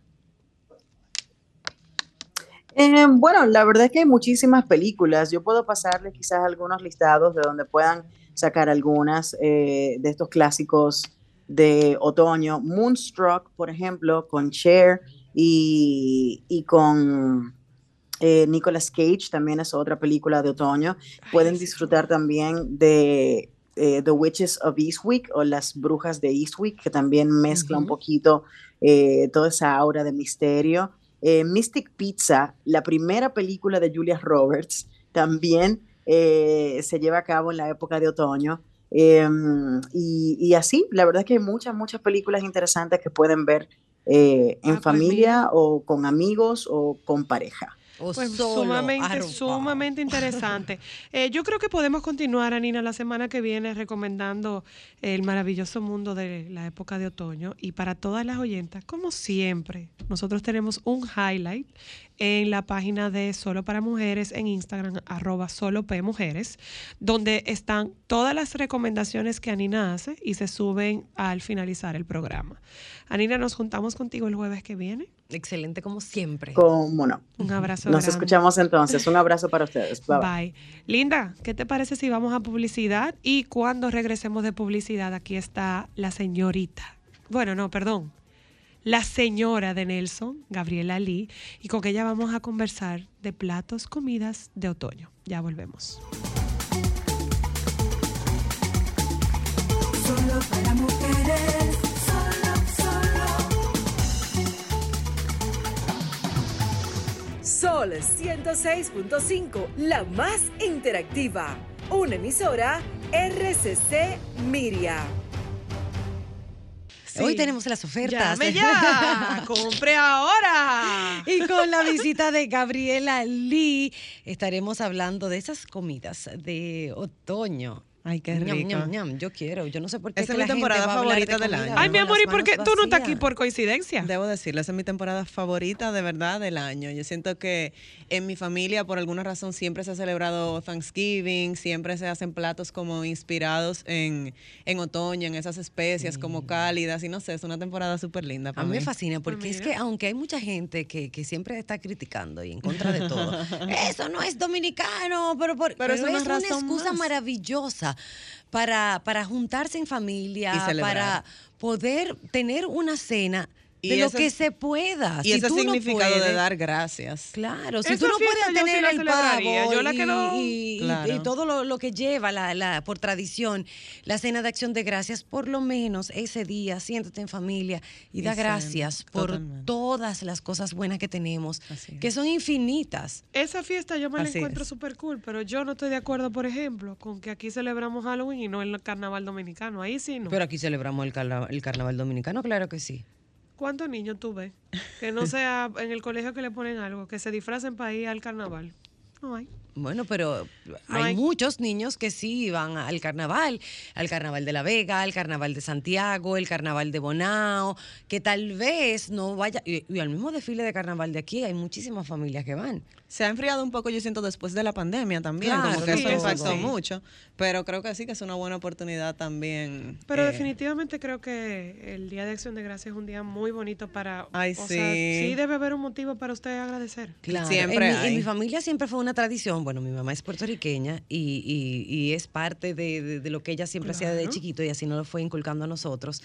Eh, bueno, la verdad es que hay muchísimas películas. Yo puedo pasarles quizás algunos listados de donde puedan sacar algunas eh, de estos clásicos de otoño. Moonstruck, por ejemplo, con Cher y, y con eh, Nicolas Cage, también es otra película de otoño. Pueden disfrutar también de eh, The Witches of Eastwick o Las Brujas de Eastwick, que también mezcla un Ujú. poquito eh, toda esa aura de misterio. Eh, Mystic Pizza, la primera película de Julia Roberts, también eh, se lleva a cabo en la época de otoño. Eh, y, y así, la verdad es que hay muchas, muchas películas interesantes que pueden ver eh, en Ah, pues familia mira. o con amigos o con pareja. O Pues solo, sumamente, arropado. sumamente interesante. Eh, yo creo que podemos continuar, Anina, la semana que viene recomendando el maravilloso mundo de la época de otoño. Y para todas las oyentas, como siempre, nosotros tenemos un highlight en la página de Solo para Mujeres en Instagram, arroba solo p mujeres, donde están todas las recomendaciones que Anina hace y se suben al finalizar el programa. Anina, nos juntamos contigo el jueves que viene. Excelente como siempre. ¿Cómo no? Un abrazo Nos grande. escuchamos entonces. Un abrazo para ustedes. Bye, bye. Bye. Linda, ¿qué te parece si vamos a publicidad? Y cuando regresemos de publicidad, aquí está la señorita. Bueno, no, perdón. La señora de Nelson, Gabriela Lee, y con ella vamos a conversar de platos, comidas de otoño. Ya volvemos. Solo para mujeres, solo, solo. Sol ciento seis punto cinco, la más interactiva. Una emisora R C C Miria. Hoy tenemos las ofertas. ¡Llame ya! ¡Compre ahora! Y con la visita de Gabriela Lee estaremos hablando de esas comidas de otoño. Ay, qué Ñam, rico. ñam, ñam. Yo quiero, yo no sé por qué. Esa que es mi la gente temporada va a hablar de favorita del comida año. Ay, mi con amor, las ¿y por qué manos tú no estás vacías? aquí por coincidencia? Debo decirlo, esa es mi temporada favorita de verdad del año. Yo siento que en mi familia, por alguna razón, siempre se ha celebrado Thanksgiving, siempre se hacen platos como inspirados en, en otoño, en esas especias como cálidas, y no sé, es una temporada súper linda A para mí mí. me fascina porque Pues es mira. que aunque hay mucha gente que, que siempre está criticando y en contra de todo, eso no es dominicano, pero, por- Pero es una es una razón excusa más. maravillosa para, para juntarse en familia, Y celebrar. para poder tener una cena Y de lo ese- que se pueda. Y Si ese tú no significado de puedes- dar gracias. Claro, si Esa tú no fiesta puedes yo sí tener la el celebraría. pavo Yo la y, que no- y- y- Claro. y todo lo, lo que lleva la, la- por tradición la cena de acción de gracias, por lo menos ese día siéntate en familia y, Y da cena, gracias por totalmente. todas las cosas buenas que tenemos, Así es. que son infinitas. Esa fiesta yo me la Así encuentro es. súper cool, pero yo no estoy de acuerdo, por ejemplo, con que aquí celebramos Halloween y no el carnaval dominicano. Ahí sí no. Pero aquí celebramos el, carna- el carnaval dominicano, claro que sí. ¿Cuántos niños tú ves? Que no sea en el colegio que le ponen algo, que se disfracen para ir al carnaval. No hay. Bueno, pero No hay, hay- muchos niños que sí van al carnaval, al carnaval de La Vega, al carnaval de Santiago, el carnaval de Bonao, que tal vez no vaya, y, y al mismo desfile de carnaval de aquí hay muchísimas familias que van. Se ha enfriado un poco, yo siento, después de la pandemia también, Claro, como que sí, eso eso impactó sí. mucho, pero creo que sí que es una buena oportunidad también. Pero eh, definitivamente creo que el Día de Acción de Gracias es un día muy bonito para... Ay, o sí. sea, sí debe haber un motivo para usted agradecer. Claro, Siempre en mi, en hay. mi familia siempre fue una tradición. Bueno, mi mamá es puertorriqueña y, y- y es parte de, de- de lo que ella siempre hacía desde Claro. chiquito y así nos lo fue inculcando a nosotros.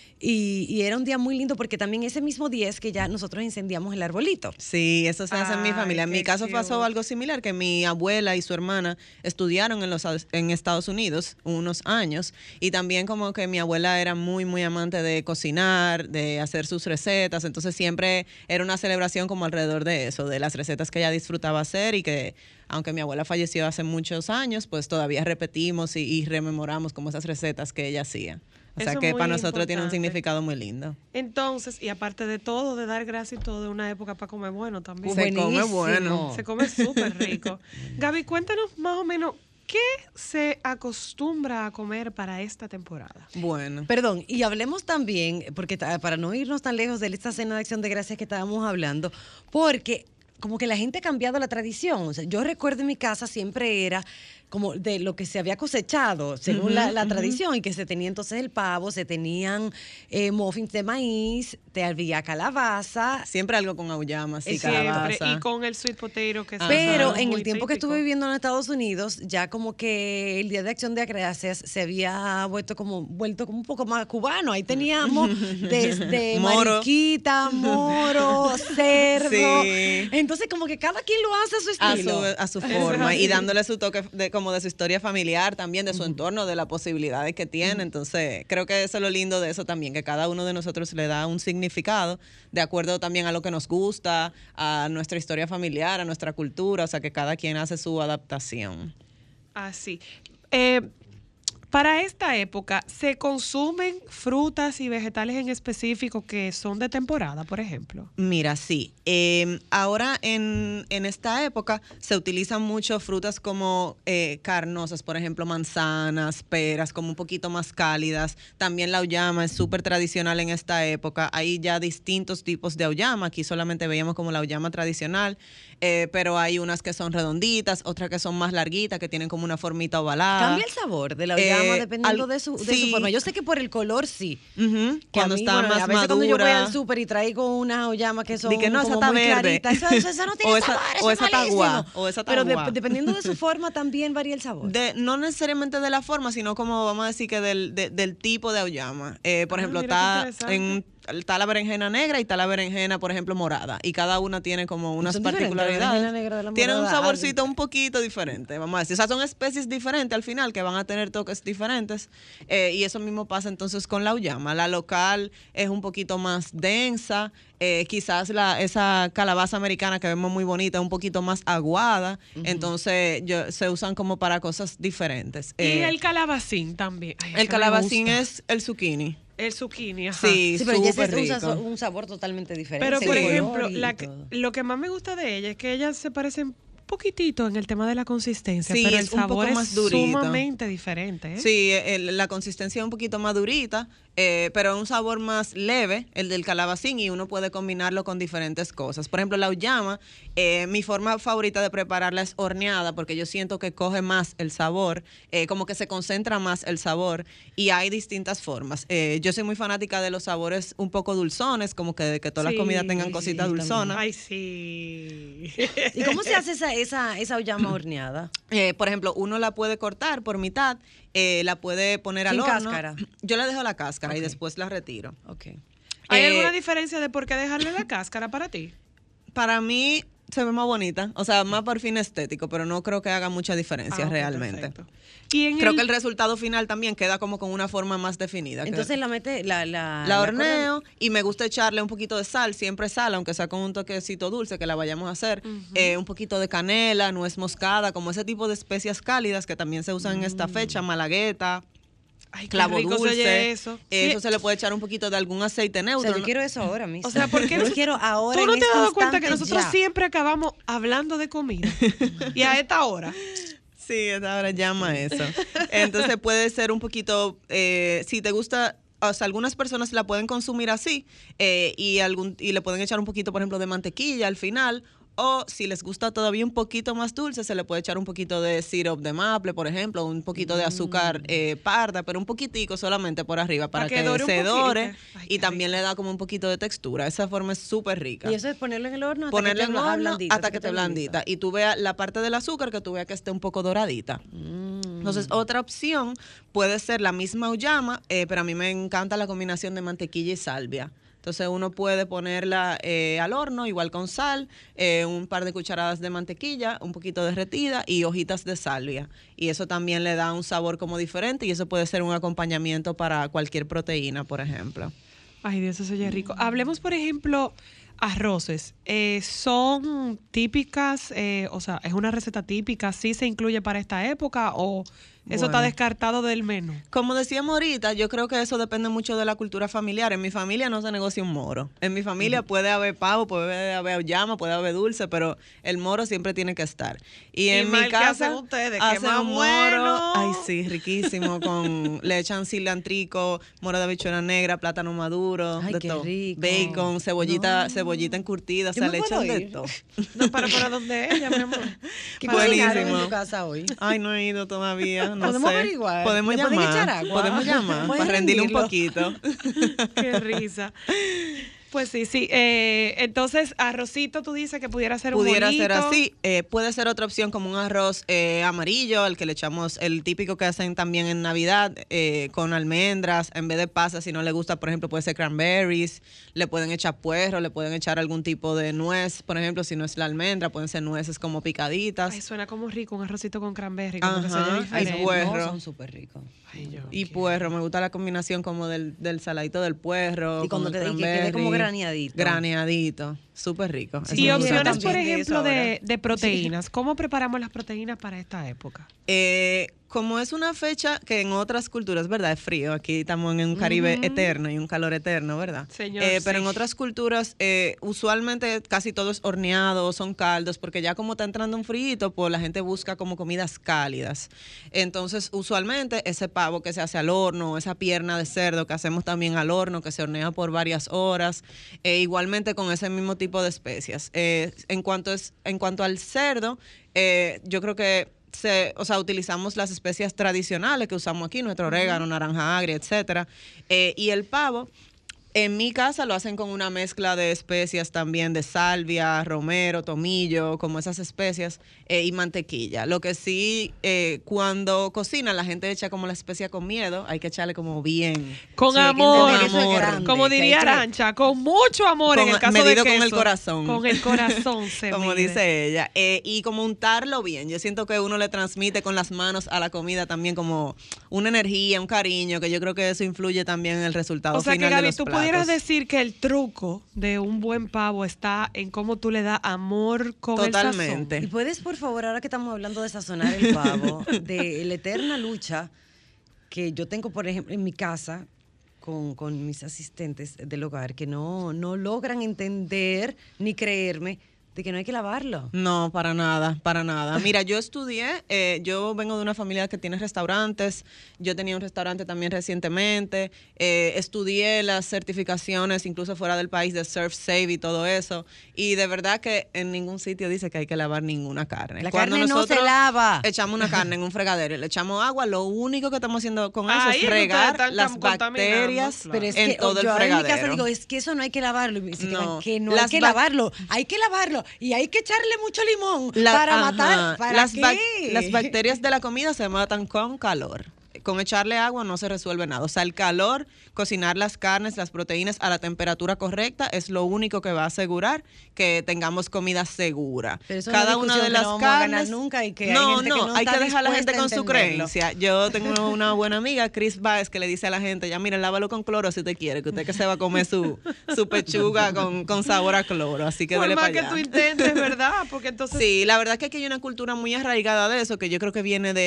Y, y era un día muy lindo porque también ese mismo día es que ya nosotros incendiamos el arbolito. Sí, eso se hace en mi Ay, familia. En mi qué caso pasó cute. algo similar, que mi abuela y su hermana estudiaron en los en Estados Unidos unos años y también como que mi abuela era muy, muy amante de cocinar, de hacer sus recetas, entonces siempre era una celebración como alrededor de eso, de las recetas que ella disfrutaba hacer y que aunque mi abuela falleció hace muchos años, pues todavía repetimos y, y rememoramos como esas recetas que ella hacía. O sea Eso que es para muy nosotros tiene un importante. significado muy lindo. Entonces, y aparte de todo, de dar gracias y todo, es una época para comer bueno también. Se come Buenísimo. bueno. Se come súper rico. Gaby, cuéntanos más o menos, ¿qué se acostumbra a comer para esta temporada? Bueno. Perdón, y hablemos también, porque ta- para no irnos tan lejos de esta cena de acción de gracias que estábamos hablando, porque como que la gente ha cambiado la tradición. O sea, yo recuerdo en mi casa siempre era como de lo que se había cosechado, según la, la tradición, y que se tenía entonces el pavo, se tenían eh, muffins de maíz, te había calabaza. Siempre algo con auyamas y Eh, siempre, calabaza. Siempre, y con el sweet potato que es Pero muy en el tiempo que típico. estuve viviendo en Estados Unidos, ya como que el Día de Acción de Gracias se había vuelto como vuelto como un poco más cubano. Ahí teníamos desde Moro. mariquita, moro, cerdo. Sí. Entonces como que cada quien lo hace a su a estilo. su, a su Eso forma es y así. dándole su toque de como de su historia familiar también, de su entorno, de las posibilidades que tiene. Entonces, creo que eso es lo lindo de eso también, que cada uno de nosotros le da un significado de acuerdo también a lo que nos gusta, a nuestra historia familiar, a nuestra cultura, o sea, que cada quien hace su adaptación. Así. Eh, para esta época, ¿se consumen frutas y vegetales en específico que son de temporada, por ejemplo? Mira, sí. Eh, ahora en, en esta época se utilizan mucho frutas como eh, carnosas, por ejemplo, manzanas, peras, como un poquito más cálidas. También la auyama es súper tradicional en esta época. Hay ya distintos tipos de auyama. Aquí solamente veíamos como la auyama tradicional, eh, pero hay unas que son redonditas, otras que son más larguitas, que tienen como una formita ovalada. Cambia el sabor de la auyama Eh, dependiendo al- de, su, de su sí. forma. Yo sé que por el color sí. Ujú, Que a cuando mí, está bueno, más a veces cuando yo voy madura. al súper y traigo unas auyama que son Di que no, esa como está muy verde. claritas, eso, eso- eso no tiene O esa- sabor, o eso es esa está malísimo. guá, o esa está Pero de- guá. dependiendo de su forma también varía el sabor. De, no necesariamente de la forma, sino como vamos a decir que del, de- del tipo de auyama. Eh, por Ah, ejemplo, mira qué está, interesante. en, está la berenjena negra y está la berenjena, por ejemplo, morada. Y cada una tiene como unas Son diferentes, la particularidades. berenjena negra de la Tiene un morada. saborcito un poquito diferente, vamos a decir. O sea, son especies diferentes al final que van a tener toques diferentes. Eh, y eso mismo pasa entonces con la auyama. La local es un poquito más densa. Eh, quizás la, esa calabaza americana que vemos muy bonita es un poquito más aguada. Entonces yo- se usan como para cosas diferentes. y Eh, el calabacín también. Ay, ese el me calabacín gusta. es el zucchini. El zucchini, ajá. Sí, Sí, pero ya ese súper es un, rico. sazo- un sabor totalmente diferente. Pero, el por color ejemplo, y la que- todo. lo que más me gusta de ella es que ella se parece un poquitito en el tema de la consistencia, Sí, pero el es un poco sabor más es durito. sumamente diferente. ¿eh? Sí, el- la consistencia es un poquito más durita, eh, pero es un sabor más leve, el del calabacín, y uno puede combinarlo con diferentes cosas. Por ejemplo, la auyama, eh, mi forma favorita de prepararla es horneada, porque yo siento que coge más el sabor, eh, como que se concentra más el sabor, y hay distintas formas. Eh, yo soy muy fanática de los sabores un poco dulzones, como que de que todas Sí, las comidas tengan cositas sí, dulzonas. Ay, sí. ¿Y cómo se hace esa, esa, esa auyama horneada? Eh, por ejemplo, uno la puede cortar por mitad, eh, la puede poner al Sin horno. cáscara. Yo le dejo la cáscara y Ok. después la retiro. Ok. ¿Hay Eh, alguna diferencia de por qué dejarle la cáscara para ti? Para mí se ve más bonita, o sea, más por fin estético, pero no creo que haga mucha diferencia Ah, ok, realmente. perfecto. Y en Creo el, que el resultado final también queda como con una forma más definida. que- Entonces la mete, la, la, la corta- horneo y me gusta echarle un poquito de sal, siempre sal, aunque sea con un toquecito dulce que la vayamos a hacer, eh, un poquito de canela, nuez moscada, como ese tipo de especias cálidas que también se usan en esta fecha, malagueta. Ay, qué clavo rico se dulce. oye eso. Eh, Sí. Eso se le puede echar un poquito de algún aceite O neutro. sea, yo ¿no? quiero eso ahora mismo. O sea, ¿por qué Yo no- quiero ahora ¿Tú no en te has este dado cuenta que instante nosotros ya. siempre acabamos hablando de comida? Y a esta hora. Sí, ahora llama eso. Entonces puede ser un poquito, eh, si te gusta, o sea, algunas personas la pueden consumir así eh, y, algún, y le pueden echar un poquito, por ejemplo, de mantequilla al final. O si les gusta todavía un poquito más dulce, se le puede echar un poquito de syrup de maple, por ejemplo, un poquito de azúcar eh, parda, pero un poquitico solamente por arriba para Pa' que que, dore un se poquito. dore Ay, y qué también le da como un poquito de textura. Esa forma es súper rica. Y eso es ponerlo en el horno hasta Ponerle que en esté horno blandita, hasta que esté blandita. Y tú veas la parte del azúcar, que tú veas que esté un poco doradita. Entonces, otra opción puede ser la misma uyama, eh, pero a mí me encanta la combinación de mantequilla y salvia. Entonces uno puede ponerla eh, al horno, igual con sal, eh, un par de cucharadas de mantequilla, un poquito derretida y hojitas de salvia. Y eso también le da un sabor como diferente y eso puede ser un acompañamiento para cualquier proteína, por ejemplo. Ay, Dios, eso se oye rico. Hablemos, por ejemplo, arroces. Eh, ¿Son típicas? Eh, o sea, ¿es una receta típica? ¿Sí se incluye para esta época o eso está Bueno. descartado del menú? Como decíamos ahorita, yo creo que eso depende mucho de la cultura familiar. En mi familia no se negocia un moro. En mi familia puede haber pavo, puede haber llama, puede haber dulce, pero el moro siempre tiene que estar. Y, Y en mal, mi ¿qué casa hacen ustedes? ¡Qué hacen más un moro. bueno! Ay, sí, riquísimo. Con le echan cilantrico, moro de habichuela negra, plátano maduro, Ay, de qué todo. rico. Bacon, cebollita, cebollita encurtida, o Yo sea, me le puedo echan de ir. todo. No, para, para dónde ella, mi amor. ¿Qué Buenísimo. cocinaron en tu casa hoy? Ay, no he ido todavía. No ¿Podemos sé. averiguar? Podemos ¿Le llamar. pueden echar agua? Podemos llamar ¿Pueden para rendirle un rendirlo? poquito. Qué risa. Pues sí, sí. Eh, entonces, arrocito, tú dices que pudiera ser un Pudiera ser molito. así. Eh, puede ser otra opción como un arroz eh, amarillo, al que le echamos el típico que hacen también en Navidad, eh, con almendras, en vez de pasas, si no le gusta, por ejemplo, puede ser cranberries, le pueden echar puerro, le pueden echar algún tipo de nuez, por ejemplo, si no es la almendra, pueden ser nueces como picaditas. Ay, suena como rico, un arrocito con cranberry, como que se Ajá, oye y diferente. puerro. No, son súper ricos. Ay, yo Y quiero. puerro, me gusta la combinación como del, del saladito del puerro. Y cuando con te- el y que quede como cranberry. graneadito. Graneadito, súper rico. Sí, Eso Y me yo gusta quiero opciones, mucho. por también de eso ejemplo, de, ahora. de proteínas. ¿Cómo preparamos las proteínas para esta época? Eh, como es una fecha que en otras culturas, ¿verdad? Es frío. Aquí estamos en un Caribe Ujú. eterno y un calor eterno, ¿verdad? Señor, Eh, pero sí. en otras culturas, eh, usualmente casi todo es horneado o son caldos, porque ya como está entrando un frío, pues la gente busca como comidas cálidas. Entonces, usualmente ese pavo que se hace al horno, esa pierna de cerdo que hacemos también al horno, que se hornea por varias horas, eh, igualmente con ese mismo tipo de especias. Eh, en cuanto es, en cuanto al cerdo, eh, yo creo que se, o sea, utilizamos las especias tradicionales que usamos aquí, nuestro orégano, naranja agria, etcétera. Eh, y el pavo, en mi casa lo hacen con una mezcla de especias también, de salvia, romero, tomillo, como esas especias, eh, y mantequilla. Lo que sí, eh, cuando cocinan, la gente echa como la especia con miedo, hay que echarle como bien. Con Sí, hay que amor, entender que eso es amor. grande, como que hay diría que- Arancha, con mucho amor en Con- el caso de medido queso. con el corazón. Con el corazón se Como mide. dice ella. Eh, y como untarlo bien. Yo siento que uno le transmite con las manos a la comida también como una energía, un cariño, que yo creo que eso influye también en el resultado O sea que final de Gaby, los tú platos. pudieras decir que el truco de un buen pavo está en cómo tú le das amor con Totalmente. ¿Y puedes, por favor, ahora que estamos hablando de sazonar el pavo, de la eterna lucha que yo tengo, por ejemplo, en mi casa con, con mis asistentes del hogar, que no, no logran entender ni creerme de que no hay que lavarlo? No, para nada, para nada. Mira, yo estudié, eh, yo vengo de una familia que tiene restaurantes, yo tenía un restaurante también recientemente, eh, estudié las certificaciones incluso fuera del país de Surf Save y todo eso, y de verdad que en ningún sitio dice que hay que lavar ninguna carne. La Cuando carne no se nosotros lava. echamos una carne en un fregadero y le echamos agua, lo único que estamos haciendo con eso Ahí es es que ustedes regar están las contaminando, bacterias claro. Pero es en que todo el yo ahora en mi casa fregadero. digo, es que eso no hay que lavarlo. Y me dicen No, que no hay las que bac- lavarlo. Hay que lavarlo. Y hay que echarle mucho limón La- para ajá. matar. ¿Para las, qué? bac- las bacterias de la comida se matan con calor. Con echarle agua no se resuelve nada. O sea, el calor, cocinar las carnes, las proteínas a la temperatura correcta es lo único que va a asegurar que tengamos comida segura. Pero eso es Cada una una de discusión que las no vamos a ganar carnes nunca y que hay no, gente que no, no hay está que dejar a la gente dispuesta con a su entenderlo. creencia. Yo tengo una buena amiga, Chris Baez, que le dice a la gente, ya miren, lávalo con cloro si usted quiere, que usted que se va a comer su, su pechuga con, con sabor a cloro. Así que Por dele más para que allá. tú intentes, ¿verdad? Porque entonces Sí, la verdad que aquí hay una cultura muy arraigada de eso, que yo creo que viene de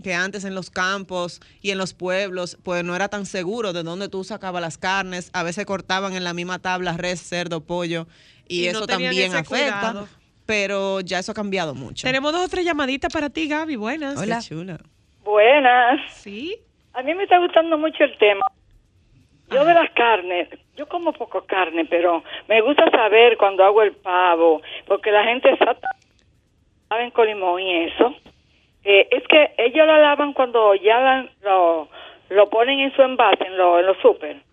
que antes en los campos y en los pueblos, pues no era tan seguro de dónde tú sacabas las carnes. A veces cortaban en la misma tabla res, cerdo, pollo, y, Y no eso tenían también ese afecta. cuidado. Pero ya eso ha cambiado mucho. Tenemos dos o tres llamaditas para ti, Gaby. Buenas. Hola. Qué chula. Buenas. Sí. A mí me está gustando mucho el tema. Yo de las carnes, yo como poco carne, pero me gusta saber cuando hago el pavo, porque la gente saben con limón y eso. Eh, es que ellos lo lavan cuando ya la- lo, lo ponen en su envase, en los en los súper.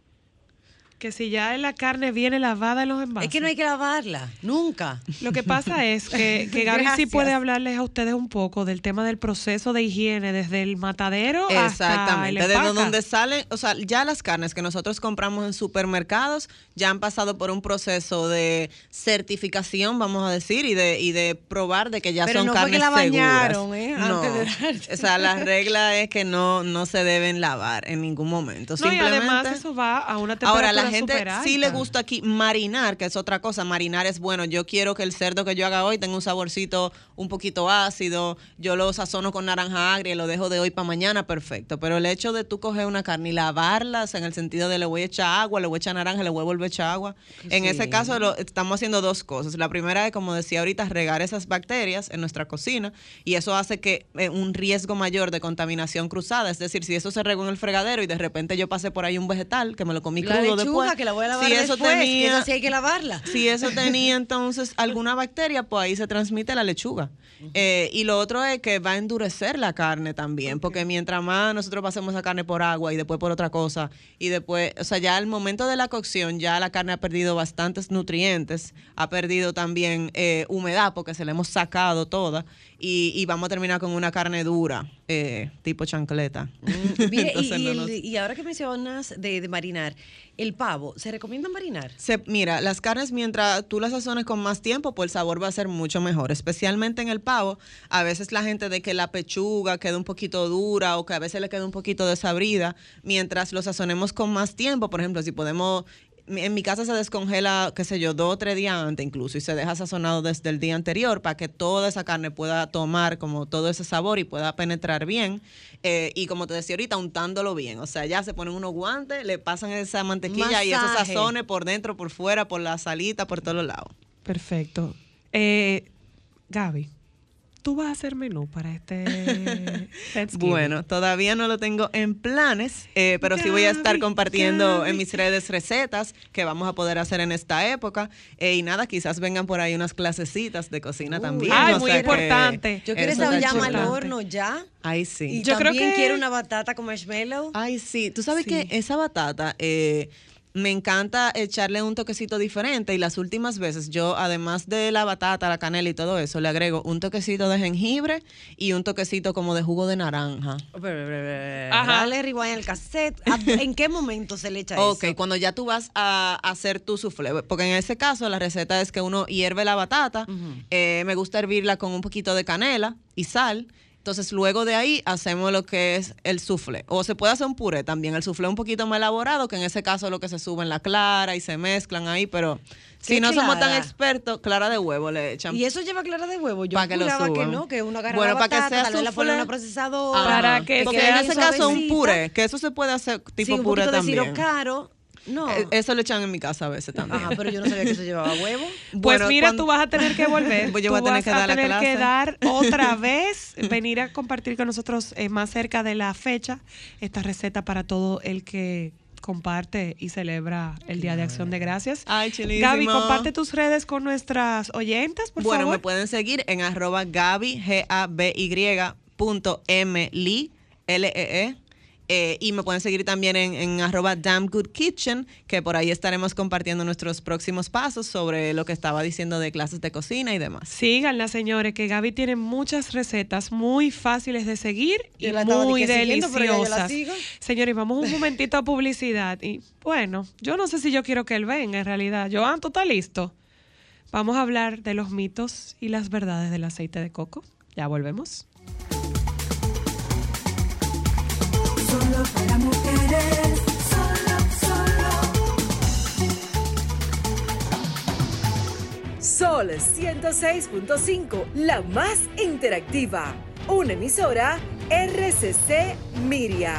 Que si ya la carne viene lavada en los envases. Es que no hay que lavarla, nunca. Lo que pasa es que, que Gaby sí Gracias. puede hablarles a ustedes un poco del tema del proceso de higiene desde el matadero hasta el Exactamente, desde empaca. donde salen, o sea, ya las carnes que nosotros compramos en supermercados ya han pasado por un proceso de certificación, vamos a decir, y de y de probar de que ya Pero son no fue que carnes la bañaron, seguras. ¿eh? No, Antes de darte. o sea, la regla es que no no se deben lavar en ningún momento. No, y Simplemente además eso va a una temperatura Ahora, la gente súper alta. sí le gusta aquí marinar, que es otra cosa. Marinar es bueno. Yo quiero que el cerdo que yo haga hoy tenga un saborcito un poquito ácido. Yo lo sazono con naranja agria y lo dejo de hoy para mañana, perfecto. Pero el hecho de tú coger una carne y lavarla, o sea, en el sentido de le voy a echar agua, le voy a echar naranja, le voy a volver a echar agua. En Sí. ese caso lo, estamos haciendo dos cosas. La primera es, como decía ahorita, regar esas bacterias en nuestra cocina y eso hace que eh, un riesgo mayor de contaminación cruzada. Es decir, si eso se regó en el fregadero y de repente yo pasé por ahí un vegetal que me lo comí La crudo lechuga, después. que la voy a lavar si eso después, que tenía, esa sí hay que lavarla. si eso tenía entonces alguna bacteria, pues ahí se transmite la lechuga. Eh, y lo otro es que va a endurecer la carne también, porque mientras más nosotros pasemos esa carne por agua y después por otra cosa, y después, o sea, ya al momento de la cocción, ya la carne ha perdido bastantes nutrientes, ha perdido también eh, humedad, porque se la hemos sacado toda, y, y vamos a terminar con una carne dura, eh, tipo chancleta. Mm, Mire, y, Entonces, y no el- nos- y ahora que mencionas de, de marinar, el pavo, ¿se recomienda marinar? Se- mira, las carnes mientras tú las sazones con más tiempo, pues el sabor va a ser mucho mejor, especialmente en el pavo. A veces la gente de que la pechuga queda un poquito dura o que a veces le queda un poquito desabrida, mientras lo sazonemos con más tiempo, por ejemplo, si podemos... En mi casa se descongela, qué sé yo, dos o tres días antes incluso y se deja sazonado desde el día anterior para que toda esa carne pueda tomar como todo ese sabor y pueda penetrar bien. Eh, y como te decía ahorita, untándolo bien. O sea, ya se ponen unos guantes, le pasan esa mantequilla y esos Masaje. sazones por dentro, por fuera, por la salita, por todos lados. Perfecto. Eh, Gaby, ¿tú vas a hacer menú para este Thanksgiving? Bueno, todavía no lo tengo en planes, eh, pero sí voy a estar Gaby, compartiendo Gaby. en mis redes recetas que vamos a poder hacer en esta época. Eh, y nada, quizás vengan por ahí unas clasecitas de cocina Uy. también. Ay, o muy sea que importante. Yo quiero eso esa está llama al chulo. horno ya. Ay, Y sí. Yo creo también que- quiero una batata con marshmallow. Ay, sí. Tú sabes Sí. que esa batata, eh, me encanta echarle un toquecito diferente y las últimas veces yo, además de la batata, la canela y todo eso, le agrego un toquecito de jengibre y un toquecito como de jugo de naranja. Ajá. Dale rewind al cassette. ¿A- ¿En qué momento se le echa Ok, eso? cuando ya tú vas a hacer tu soufflé, porque en ese caso la receta es que uno hierve la batata, eh, me gusta hervirla con un poquito de canela y sal. Entonces, luego de ahí hacemos lo que es el soufflé. O se puede hacer un puré también. El soufflé un poquito más elaborado, que en ese caso lo que se sube en la clara y se mezclan ahí, pero si ¿Qué no somos tan clara? expertos, clara de huevo le echan. ¿Y eso lleva clara de huevo? Yo Pa' que lo juraba que suban. no, que uno agarra Bueno, la pa' que batata, sea tal vez la pone en una soufflé. procesadora. Ajá. Para que Porque quede en ese caso un suavecita. puré, que eso se puede hacer tipo Sí, un puré poquito de también. sirop caro. No. Eh, Eso lo echan en mi casa a veces también. Ajá, pero yo no sabía que eso llevaba huevo. Pues Bueno, mira, cuando- tú vas a tener que volver. Pues yo Tú voy a tener vas que dar la tener que clase. dar otra vez, venir a compartir con nosotros eh, más cerca de la fecha esta receta para todo el que comparte y celebra el Día de Acción de Gracias. Ay, chulísimo. Gaby, comparte tus redes con nuestras oyentas, por Bueno, favor. me pueden seguir en arroba Gaby, G A B Y punto M Lee, L E E. Eh, y me pueden seguir también en, en arroba Damn Good Kitchen, que por ahí estaremos compartiendo nuestros próximos pasos sobre lo que estaba diciendo de clases de cocina y demás. Síganla, señores, que Gaby tiene muchas recetas muy fáciles de seguir y Yo la estaba muy ni que siguiendo, pero ya yo la deliciosas. sigo. Señores, vamos un momentito a publicidad. Y bueno, yo no sé si yo quiero que él venga en realidad. Joan, ¿tú estás listo? Vamos a hablar de los mitos y las verdades del aceite de coco. Ya volvemos. Solo para mujeres, solo, solo. Sol ciento seis punto cinco, la más interactiva. una emisora R C C Miria.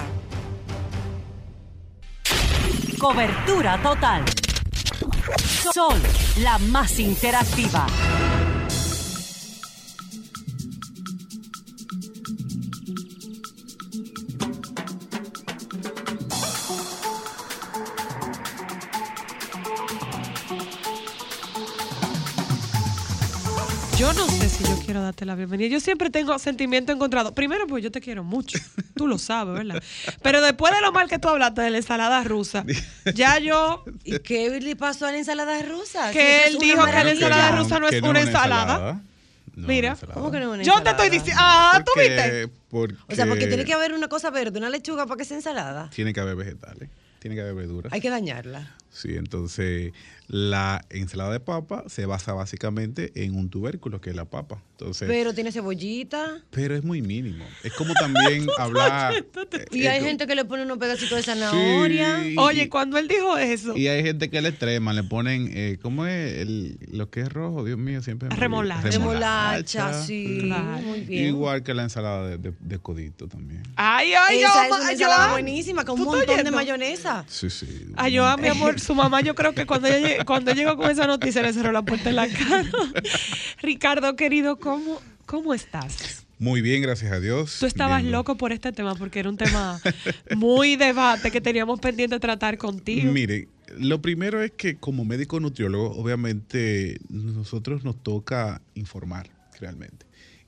Cobertura total. Sol, la más interactiva. Yo no sé si yo quiero darte la bienvenida. Yo siempre tengo sentimiento encontrado. Primero, pues yo te quiero mucho. Tú lo sabes, ¿verdad? Pero después de lo mal que tú hablaste de la ensalada rusa, ya yo... ¿Y qué le pasó a la ensalada rusa? Que Si él eso es dijo una que la maravilla. ensalada rusa no es Que una ensalada. No, Mira, una ensalada. ¿Cómo que no es una yo te ensalada? estoy diciendo... Ah, ¿tú Porque- viste? Porque O sea, porque tiene que haber una cosa verde, una lechuga para que sea ensalada. Tiene que haber vegetales, tiene que haber verduras. Hay que dañarla. Sí, entonces la ensalada de papa se basa básicamente en un tubérculo que es la papa. Entonces, Pero tiene cebollita. pero es muy mínimo. Es como también hablar. eh, Y eh, hay co- gente que le pone unos pedacitos de zanahoria. Sí, Oye, y- cuando él dijo eso, Y hay gente que le extreman, le ponen, eh, ¿cómo es el, lo que es rojo? Dios mío, siempre. me olvido. Remolacha. Remolacha, sí. Claro. Muy bien. Igual que la ensalada de, de- de codito también. ay, ay, yo, Esa es una ay, ensalada yo- buenísima con ¿Tú un estás montón de oyendo? mayonesa. Sí, sí. Ay, yo, mi amor, su mamá, yo creo que cuando, ella, lleg- cuando llegó con esa noticia le cerró la puerta en la cara. Ricardo, querido, ¿cómo, cómo estás? Muy bien, gracias a Dios. Tú estabas Viendo- loco por este tema porque era un tema muy debate que teníamos pendiente de tratar contigo. Mire, lo primero es que como médico nutriólogo, obviamente nosotros nos toca informar realmente.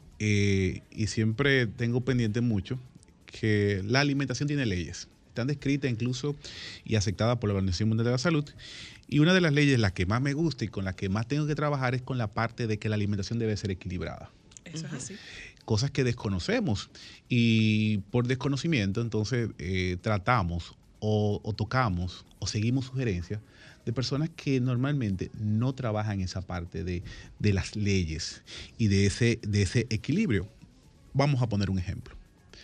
Eh, y siempre tengo pendiente mucho que la alimentación tiene leyes. Están descritas incluso y aceptadas por la Organización Mundial de la Salud. Y una de las leyes, la que más me gusta y con la que más tengo que trabajar, es con la parte de que la alimentación debe ser equilibrada. Eso es así. Cosas que desconocemos y por desconocimiento entonces eh, tratamos o, o tocamos o seguimos sugerencias de personas que normalmente no trabajan esa parte de, de las leyes y de ese, de ese equilibrio. Vamos a poner un ejemplo.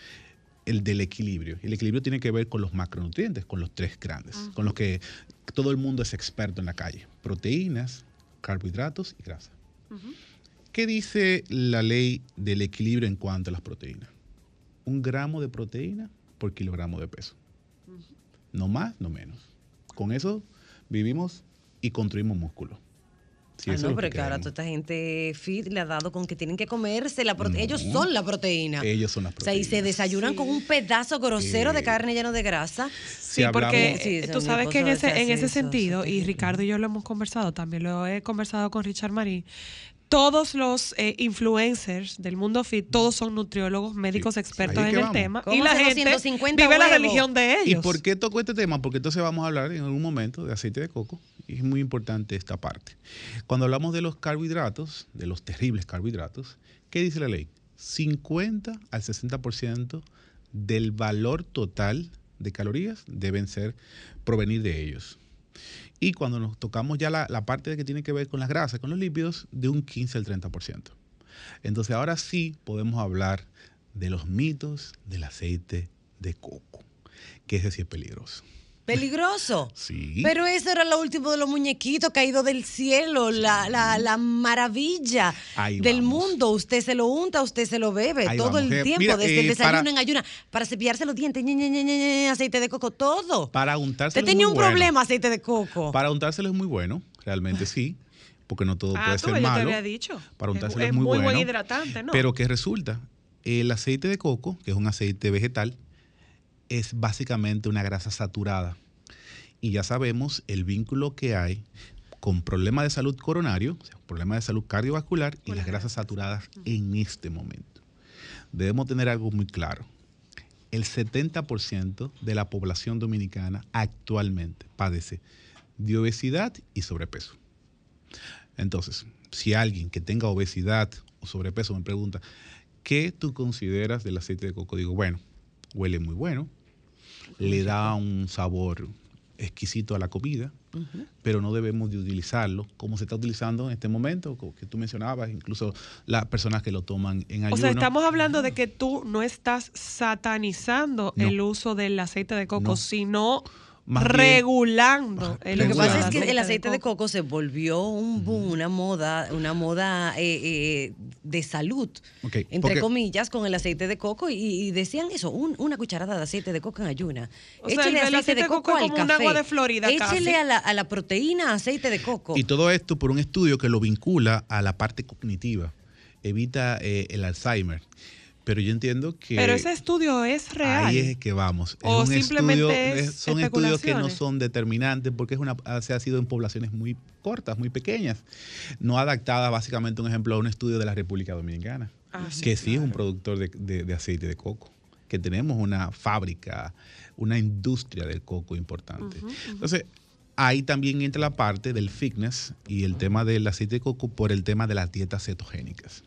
El del equilibrio. El equilibrio tiene que ver con los macronutrientes, con los tres grandes, uh-huh. con los que todo el mundo es experto en la calle. Proteínas, carbohidratos y grasa. Uh-huh. ¿Qué dice la ley del equilibrio en cuanto a las proteínas? Un gramo de proteína por kilogramo de peso. Uh-huh. No más, no menos. Con eso vivimos y construimos músculo. Sí, ah, no, pero claro, a toda esta gente fit le ha dado con que tienen que comerse la proteína. No, ellos son la proteína. Ellos son las proteínas. O sea, y se desayunan sí. con un pedazo grosero eh, de carne lleno de grasa. Sí, si porque sí, tú sabes que en ese, en ese eso, sentido, eso, y Ricardo y yo lo hemos conversado, también lo he conversado con Richard Marín, todos los eh, influencers del mundo fit, todos son nutriólogos, médicos sí, expertos en el vamos. tema. Y la gente vive huevos? la religión de ellos. ¿Y por qué toco este tema? Porque entonces vamos a hablar en algún momento de aceite de coco. Y es muy importante esta parte. Cuando hablamos de los carbohidratos, de los terribles carbohidratos, ¿qué dice la ley? cincuenta al sesenta por ciento del valor total de calorías deben ser provenir de ellos. Y cuando nos tocamos ya la, la parte de que tiene que ver con las grasas, con los lípidos, de un quince al treinta por ciento. Entonces ahora sí podemos hablar de los mitos del aceite de coco, que ese sí es peligroso. ¿Peligroso? Sí. Pero eso era lo último de los muñequitos caídos del cielo, sí. la, la, la maravilla Ahí del vamos. mundo. Usted se lo unta, usted se lo bebe Ahí todo vamos. el tiempo, Mira, desde eh, el desayuno para, en ayuna, para cepillarse los dientes, ñe, ñe, ñe, ñe, aceite de coco, todo. Para untárselo Usted tenía un bueno. problema, aceite de coco. Para untárselo es muy bueno, realmente sí, porque no todo ah, puede tú, ser yo malo. Te había dicho. Para untárselo es, es muy, muy bueno. buen hidratante, ¿no? Pero ¿qué resulta? El aceite de coco, que es un aceite vegetal, es básicamente una grasa saturada. Y ya sabemos el vínculo que hay con problemas de salud coronario, o sea, problemas de salud cardiovascular y las grasas saturadas en este momento. Debemos tener algo muy claro. El setenta por ciento de la población dominicana actualmente padece de obesidad y sobrepeso. Entonces, si alguien que tenga obesidad o sobrepeso me pregunta, ¿qué tú consideras del aceite de coco? Digo, bueno, huele muy bueno, le da un sabor exquisito a la comida, uh-huh. pero no debemos de utilizarlo como se está utilizando en este momento, que tú mencionabas, incluso las personas que lo toman en ayuno. O sea, estamos hablando de que tú no estás satanizando no. el uso del aceite de coco, no. sino Más bien- regulando el Lo que uso pasa del es que el de aceite de coco. coco se volvió un boom, una moda, una moda eh, eh, de salud, Ok, entre porque- comillas, con el aceite de coco y, y decían eso, un- una cucharada de aceite de coco en ayuna. O sea, Échele el- el aceite de aceite de coco, coco es al como un café. agua de Florida Échele casi. a la, a la proteína aceite de coco. Y todo esto por un estudio que lo vincula a la parte cognitiva, evita eh, el Alzheimer. Pero yo entiendo que Pero ese estudio es real. ahí es que vamos. O es un simplemente estudio, es es- son estudios que no especulaciones. son determinantes porque es una, se ha sido en poblaciones muy cortas, muy pequeñas, no adaptadas básicamente, un ejemplo, a un estudio de la República Dominicana, Ah, sí, que sí es un claro. productor de, de- de aceite de coco, que tenemos una fábrica, una industria del coco importante. Ujú, ujú. Entonces, ahí también entra la parte del fitness y el tema del aceite de coco por el tema de las dietas cetogénicas.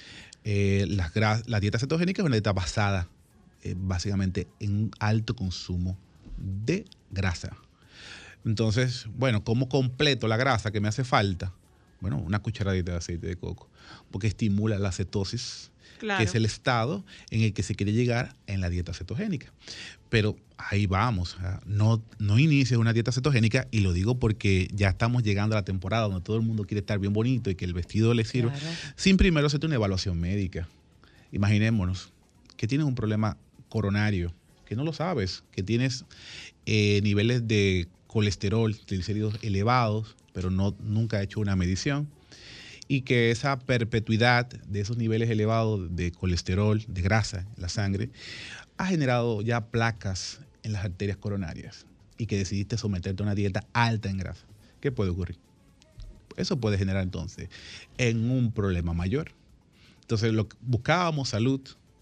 Eh, las gra- la dieta cetogénica es una dieta basada eh, básicamente en un alto consumo de grasa. Entonces, bueno, ¿cómo completo la grasa que me hace falta? Bueno, una cucharadita de aceite de coco, porque estimula la cetosis, Claro. que es el estado en el que se quiere llegar en la dieta cetogénica. Pero ahí vamos, o sea, no, no inicies una dieta cetogénica, y lo digo porque ya estamos llegando a la temporada donde todo el mundo quiere estar bien bonito y que el vestido le sirva, Claro. sin primero hacerte una evaluación médica. Imaginémonos que tienes un problema coronario, que no lo sabes, que tienes eh, niveles de colesterol, triglicéridos elevados, pero no, nunca has hecho una medición, y que esa perpetuidad de esos niveles elevados de colesterol, de grasa en la sangre, ha generado ya placas en las arterias coronarias, y que decidiste someterte a una dieta alta en grasa. ¿Qué puede ocurrir? Eso puede generar entonces en un problema mayor. Entonces, lo que buscábamos salud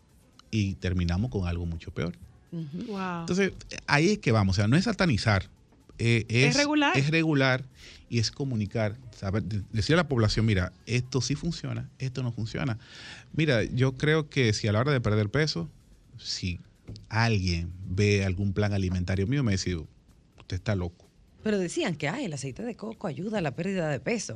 y terminamos con algo mucho peor. Ujú. Wow. Entonces, ahí es que vamos, o sea, no es satanizar, eh, es, Es regular. es regular y es comunicar, saber, de- decirle a la población, mira, esto sí funciona, esto no funciona. Mira, yo creo que si a la hora de perder peso, si alguien ve algún plan alimentario mío, me dice, usted está loco. Pero decían que ay, el aceite de coco ayuda a la pérdida de peso.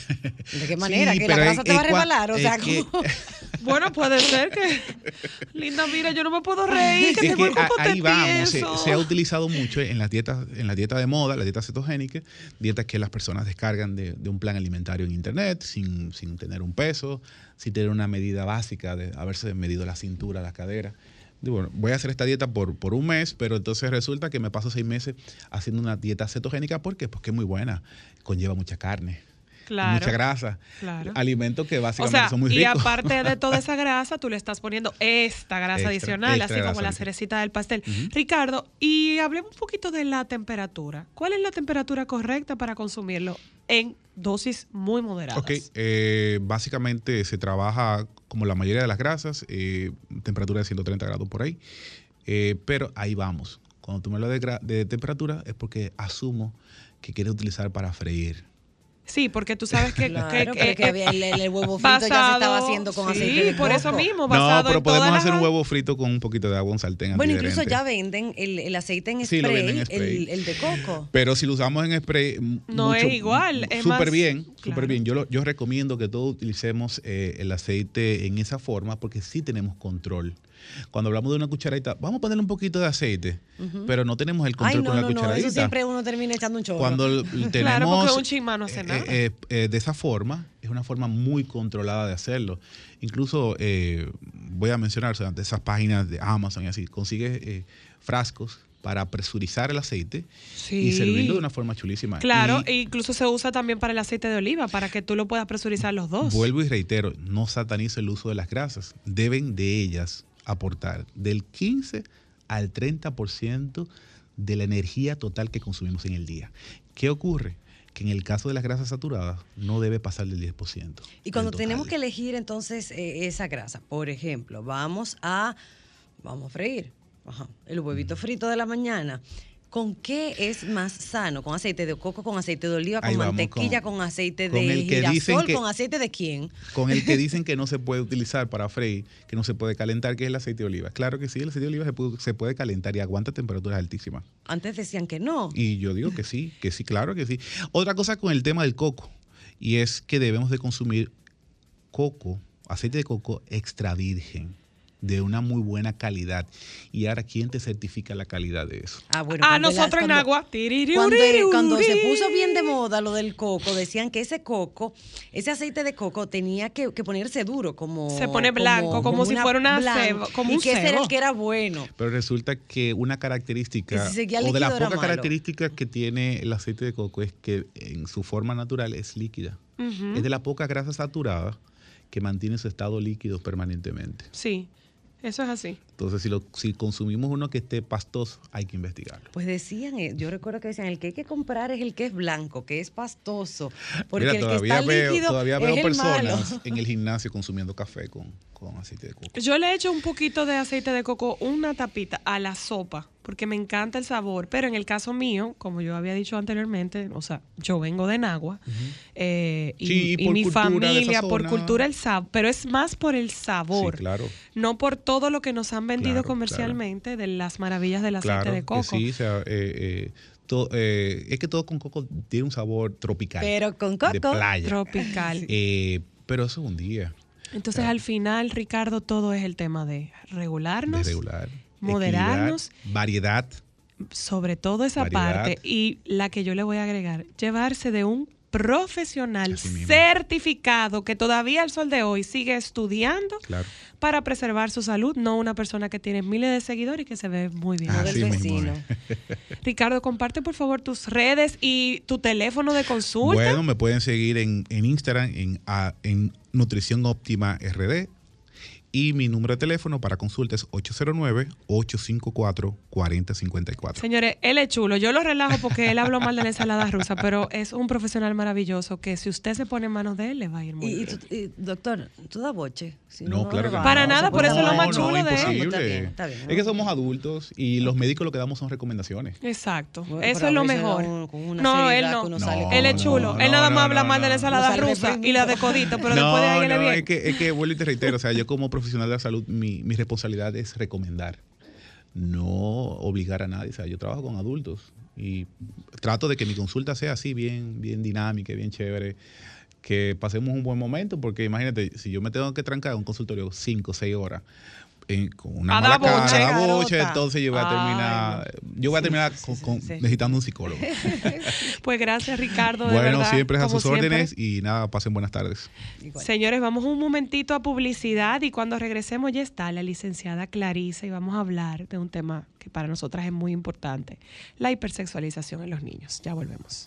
¿De qué manera? Sí, ¿Que la pero grasa es- te va a es cua- resbalar? O es sea, que- ¿cómo? Bueno, puede ser que. Linda, mira, yo no me puedo reír, que Es tengo que el a- cocote ahí vamos, se, tieso. se ha utilizado mucho en las dietas, en la dieta de moda, la dieta cetogénica, dietas que las personas descargan de, de un plan alimentario en internet, sin, sin tener un peso, sin tener una medida básica de haberse medido la cintura, la cadera. Digo, bueno, voy a hacer esta dieta por, por un mes, pero entonces resulta que me paso seis meses haciendo una dieta cetogénica. ¿Por qué? Porque es muy buena, conlleva mucha carne, Claro. mucha grasa, Claro. alimentos que O básicamente sea, son muy y ricos. aparte de toda esa grasa, tú le estás poniendo esta grasa Extra, adicional, extra así grasa como la adicional. cerecita del pastel. Ujú. Ricardo, y hablemos un poquito de la temperatura. ¿Cuál es la temperatura correcta para consumirlo en dosis muy moderadas? Ok, eh, básicamente se trabaja como la mayoría de las grasas, eh, temperatura de ciento treinta grados por ahí, eh, pero ahí vamos. Cuando tú me hablas de, gra- de temperatura es porque asumo que quieres utilizar para freír. Sí, porque tú sabes que, Claro, que- pero que- que había el, el huevo frito ya se estaba basado- haciendo con sí, aceite de por eso coco. mismo, basado No, pero en podemos todas las- hacer un huevo frito con un poquito de agua, un sartén Bueno, incluso antiadherente. ya venden el, el aceite en Sí, lo spray, venden en spray. El, el de coco. Pero si lo usamos en spray, m- No es igual, es Súper más- bien, claro. súper bien. Yo, lo- yo recomiendo que todos utilicemos eh, el aceite en esa forma porque sí tenemos control. Cuando hablamos de una cucharadita, vamos a ponerle un poquito de aceite, Ujú. pero no tenemos el Ay, control no, con la no, no, cucharadita. eso siempre uno termina echando un chorro. Cuando l- tenemos Claro, porque un chismán no hace eh, nada. eh, eh, de esa forma, es una forma muy controlada de hacerlo. Incluso eh, voy a mencionar, o sea, de esas páginas de Amazon y así, consigues eh, frascos para presurizar el aceite Sí. y servirlo de una forma chulísima. Claro, Y e incluso se usa también para el aceite de oliva, para que tú lo puedas presurizar los dos. vuelvo y reitero, no satanizo el uso de las grasas. Deben de ellas aportar del quince al treinta por ciento de la energía total que consumimos en el día. ¿Qué ocurre? Que en el caso de las grasas saturadas no debe pasar del diez por ciento. Y cuando del tenemos total. que elegir entonces eh, esa grasa, por ejemplo, vamos a, vamos a freír ajá, el huevito frito de la mañana. ¿Con qué es más sano? ¿Con aceite de coco, con aceite de oliva, Ahí con vamos, mantequilla, con- con, aceite con de el que girasol, dicen que- con aceite de quién? Con el que dicen que no se puede utilizar para freír, que no se puede calentar, que es el aceite de oliva. Claro que sí, el aceite de oliva se puede, se puede calentar y aguanta temperaturas altísimas. Antes decían que no. Y yo digo que sí, que sí, claro que sí. Otra cosa con el tema del coco, y es que debemos de consumir coco, aceite de coco extra virgen. de una muy buena calidad. Y ahora, ¿quién te certifica la calidad de eso? Ah, bueno, Ah, cuando nosotros la- en cuando- agua. Cuando, cuando se puso bien de moda lo del coco, decían que ese coco, ese aceite de coco tenía que, que ponerse duro, como Se pone blanco, como si fuera una blanco, cebo- como y un que ese era cebo. el que era bueno. Pero resulta que una característica, Que si seguía o de las líquido era pocas malo. características que tiene el aceite de coco es que en su forma natural es líquida. Ujú. Es de las pocas grasas saturadas que mantiene su estado líquido permanentemente. Sí, eso es así. Entonces, si, lo, si consumimos uno que esté pastoso, hay que investigarlo. Pues decían, eh, yo recuerdo que decían, el que hay que comprar es el que es blanco, que es pastoso, porque Mira, el que todavía está veo, líquido todavía es veo el personas malo. en el gimnasio consumiendo café con, con aceite de coco. Yo le echo un poquito de aceite de coco, una tapita a la sopa, porque me encanta el sabor. Pero en el caso mío, como yo había dicho anteriormente, o sea, yo vengo de Nagua, eh, y, Sí, y y por mi cultura de esa familia, por zona. cultura, el sabor, pero es más por el sabor, Sí, claro. no por todo lo que nos han vendido Claro, comercialmente de las maravillas del aceite Claro de coco. que sí, o sea, eh, eh, to- eh, es que todo con coco tiene un sabor tropical. Pero con de coco. playa. Tropical. Eh, pero eso es un día Entonces, al final, Ricardo, todo es el tema de regularnos, de regular. moderarnos, equilibrar, variedad. sobre todo esa Variedad. parte, y la que yo le voy a agregar, llevarse de un profesional Así mismo. certificado que todavía al sol de hoy sigue estudiando Claro. para preservar su salud, no una persona que tiene miles de seguidores y que se ve muy bien. No del Así mismo vecino. es. Ricardo, comparte por favor tus redes y tu teléfono de consulta. Bueno, me pueden seguir en, en Instagram, en, a- en Nutrición Óptima R D. Y mi número de teléfono para consulta es ocho cero nueve, ocho cinco cuatro, cuatro cero cinco cuatro. Señores, él es chulo. Yo lo relajo porque él habló mal de la ensalada rusa, pero es un profesional maravilloso que si usted se pone en manos de él, le va a ir muy Y, y bien. tú- y, doctor, ¿tú das boche? Si No, claro que va, no. Para se nada, por porta eso es lo mal. más chulo de él. imposible. Está bien, está bien. Es que somos adultos y los médicos lo que damos son recomendaciones. Exacto. Bueno, Eso pero es lo a veces mejor. con- con una No, él seriedad no. que uno No, sale Él es no, chulo. no, él nada no, más habla no, mal de la no. ensalada No sale rusa y reprimido. la de codito, pero después de ahí él es no, bien. es que, es que vuelvo y te reitero, o sea, yo como profesional de la salud, mi, mi responsabilidad es recomendar, no obligar a nadie. O sea, yo trabajo con adultos y trato de que mi consulta sea así, bien, bien dinámica, bien chévere, que pasemos un buen momento, porque imagínate, si yo me tengo que trancar en un consultorio cinco o seis horas, en- con una A mala dar boche. cara, Carota. boche, entonces yo voy a Ay, terminar, yo voy a terminar con- con- sí. necesitando un psicólogo. Pues gracias, Ricardo. De Bueno, verdad, siempre es a como sus siempre. órdenes y nada, pasen buenas tardes. Igual. Señores, vamos un momentito a publicidad y cuando regresemos ya está la licenciada Clarisa y vamos a hablar de un tema que para nosotras es muy importante, la hipersexualización en los niños. Ya volvemos.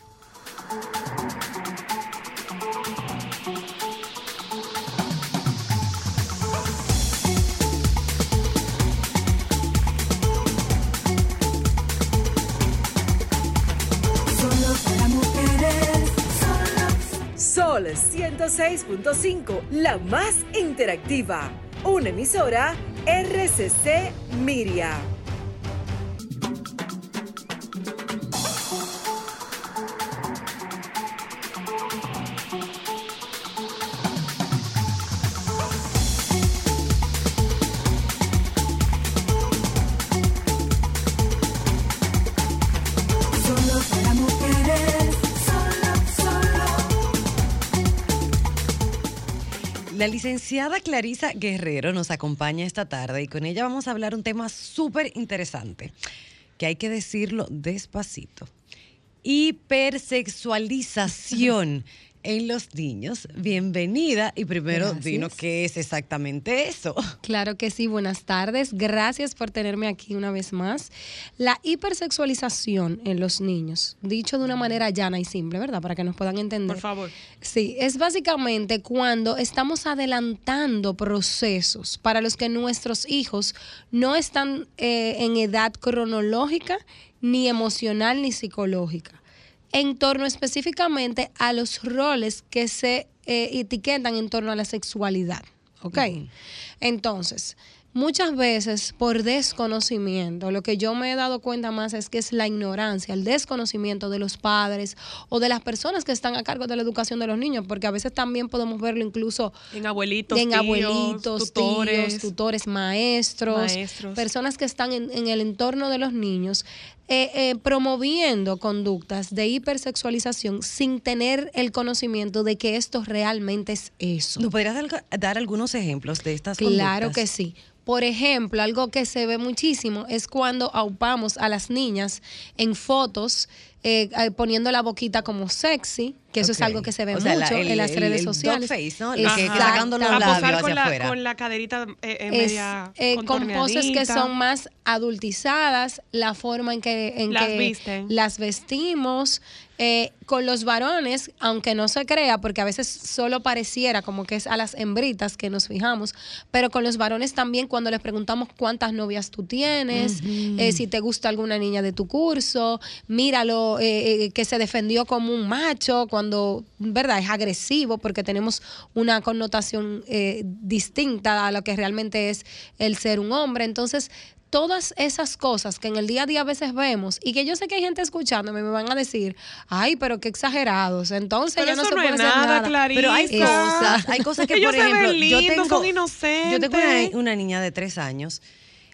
Solo para mujeres, solo Sol ciento seis punto cinco, la más interactiva. Una emisora R C C Miria. solo para mujeres, solo, solo. La licenciada Clarisa Guerrero nos acompaña esta tarde y con ella vamos a hablar un tema súper interesante, que hay que decirlo despacito. Hipersexualización en los niños. Bienvenida y primero Gracias. dinos qué es exactamente eso. Claro que sí, buenas tardes. Gracias por tenerme aquí una vez más. La hipersexualización en los niños, dicho de una manera llana y simple, ¿verdad? Para que nos puedan entender. Por favor. Sí, es básicamente cuando estamos adelantando procesos para los que nuestros hijos no están eh, en edad cronológica, ni emocional, ni psicológica, en torno específicamente a los roles que se eh, etiquetan en torno a la sexualidad. ¿Ok? Ujú. Entonces, muchas veces por desconocimiento, lo que yo me he dado cuenta más es que es la ignorancia, el desconocimiento de los padres o de las personas que están a cargo de la educación de los niños, porque a veces también podemos verlo incluso En abuelitos, en tíos, abuelitos, tutores. tíos, tutores, maestros, Maestros. personas que están en, en el entorno de los niños, eh, eh, promoviendo conductas de hipersexualización sin tener el conocimiento de que esto realmente es eso. ¿Nos podrías dar, dar algunos ejemplos de estas Claro conductas? que sí. Por ejemplo, algo que se ve muchísimo es cuando aupamos a las niñas en fotos eh, eh, poniendo la boquita como sexy, que eso Ok. es algo que se ve O sea, mucho la- el- en las el- redes el sociales. dog face, ¿no? Lo que- que sacando los A labios posar con hacia la, afuera. con la caderita eh, eh, Es, media eh, con poses que contorneadita. son más adultizadas, la forma en que, en Las que visten. las vestimos. Eh, con los varones, aunque no se crea, porque a veces solo pareciera como que es a las hembritas que nos fijamos, pero con los varones también cuando les preguntamos cuántas novias tú tienes, Ujú. eh, si te gusta alguna niña de tu curso, míralo, eh, eh, que se defendió como un macho, cuando, ¿verdad? Es agresivo porque tenemos una connotación eh, distinta a lo que realmente es el ser un hombre. Entonces, todas esas cosas que en el día a día a veces vemos y que yo sé que hay gente escuchándome me van a decir, ay, pero qué exagerados, entonces Pero ya no eso se no puede es hacer nada, nada. Clarisa. Pero hay Exacto. cosas, hay cosas que, Ellos por se ven ejemplo, yo lindos, tengo, son inocentes. yo tengo una, una niña de tres años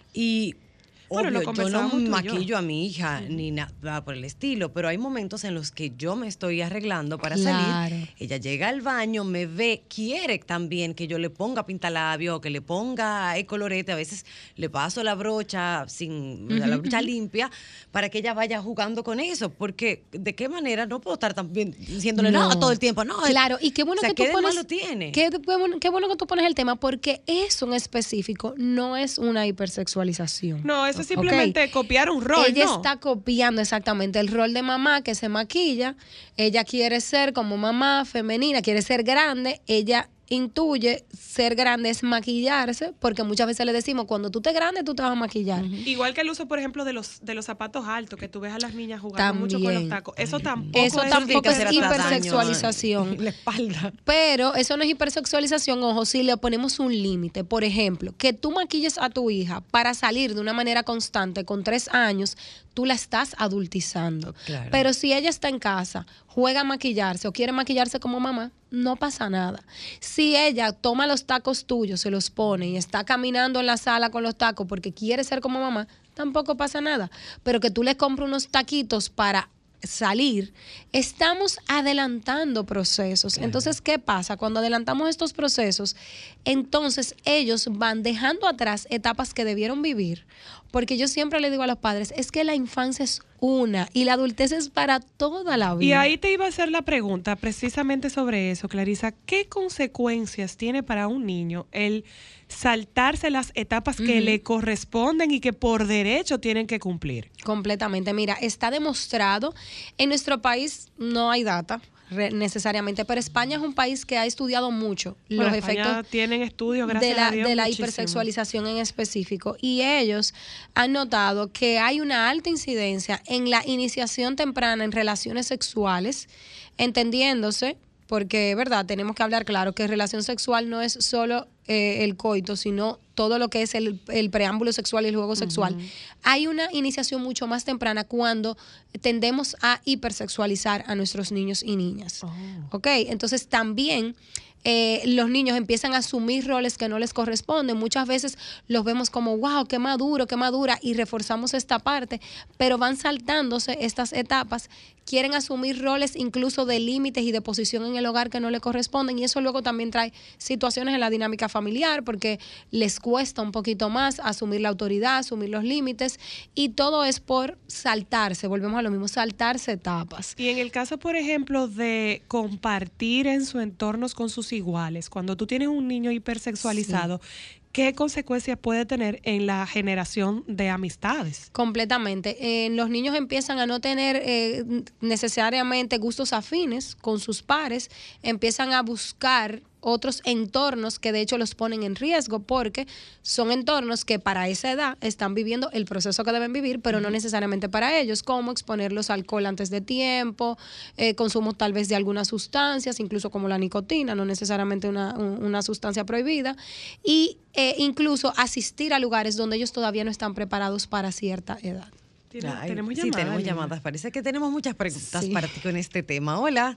y Bueno, lo obvio, yo no conversábamos tú y yo. maquillo a mi hija ni nada por el estilo, pero hay momentos en los que yo me estoy arreglando para Claro. salir. Ella llega al baño, me ve, quiere también que yo le ponga pintalabio, que le ponga el colorete. A veces le paso la brocha sin Ujú, la brocha ujú. limpia para que ella vaya jugando con eso, porque de qué manera no puedo estar también diciéndole no, todo el tiempo, no. Claro, y qué bueno o sea, que ¿qué tú de pones. malo tiene? Qué, qué bueno, qué bueno que tú pones el tema, porque eso en específico no es una hipersexualización. No, eso es Ok. simplemente copiar un rol, Ella ¿no? está copiando exactamente el rol de mamá que se maquilla. Ella quiere ser como mamá femenina, quiere ser grande. Ella intuye ser grande es maquillarse, porque muchas veces le decimos, cuando tú te grande, tú te vas a maquillar. Igual que el uso, por ejemplo, de los de los zapatos altos, que tú ves a las niñas jugando mucho con También. los tacos. Eso tampoco Eso es tampoco es hipersexualización. hipersexualización. La espalda. Pero eso no es hipersexualización, ojo, si le ponemos un límite. Por ejemplo, que tú maquilles a tu hija para salir de una manera constante con tres años, tú la estás adultizando. Claro. Pero si ella está en casa, juega a maquillarse o quiere maquillarse como mamá, no pasa nada. Si ella toma los tacos tuyos, se los pone y está caminando en la sala con los tacos porque quiere ser como mamá, tampoco pasa nada. Pero que tú le compres unos taquitos para salir, estamos adelantando procesos. Entonces, ¿qué pasa? Cuando adelantamos estos procesos, entonces ellos van dejando atrás etapas que debieron vivir. Porque yo siempre le digo a los padres, es que la infancia es una y la adultez es para toda la vida. Y ahí te iba a hacer la pregunta precisamente sobre eso, Clarisa. ¿Qué consecuencias tiene para un niño el saltarse las etapas que Ujú. le corresponden y que por derecho tienen que cumplir? Completamente. Mira, está demostrado, en nuestro país no hay data re- necesariamente, pero España es un país que ha estudiado mucho los Bueno, España efectos tienen estudios, gracias de la, a Dios, de la muchísimo. hipersexualización en específico, y ellos han notado que hay una alta incidencia en la iniciación temprana en relaciones sexuales, entendiéndose, porque, ¿verdad? Tenemos que hablar claro que relación sexual no es solo eh, el coito, sino todo lo que es el, el preámbulo sexual y el juego sexual. Hay una iniciación mucho más temprana cuando tendemos a hipersexualizar a nuestros niños y niñas. ¿Ok? Entonces también eh, los niños empiezan a asumir roles que no les corresponden. Muchas veces los vemos como, wow, qué maduro, qué madura, y reforzamos esta parte, pero van saltándose estas etapas, quieren asumir roles incluso de límites y de posición en el hogar que no le corresponden, y eso luego también trae situaciones en la dinámica familiar porque les cuesta un poquito más asumir la autoridad, asumir los límites, y todo es por saltarse, volvemos a lo mismo, saltarse etapas. Y en el caso, por ejemplo, de compartir en su entorno con sus iguales, cuando tú tienes un niño hipersexualizado, ¿qué consecuencias puede tener en la generación de amistades? Completamente. Eh, los niños empiezan a no tener eh, necesariamente gustos afines con sus pares, empiezan a buscar otros entornos que de hecho los ponen en riesgo, porque son entornos que para esa edad están viviendo el proceso que deben vivir, pero no necesariamente para ellos, como exponerlos a alcohol antes de tiempo, eh, consumo tal vez de algunas sustancias, incluso como la nicotina, no necesariamente una, un- una sustancia prohibida, y eh, incluso asistir a lugares donde ellos todavía no están preparados para cierta edad. Ay, tenemos sí, llamadas, tenemos Lina. llamadas. Parece que tenemos muchas preguntas Sí. para ti con este tema. Hola.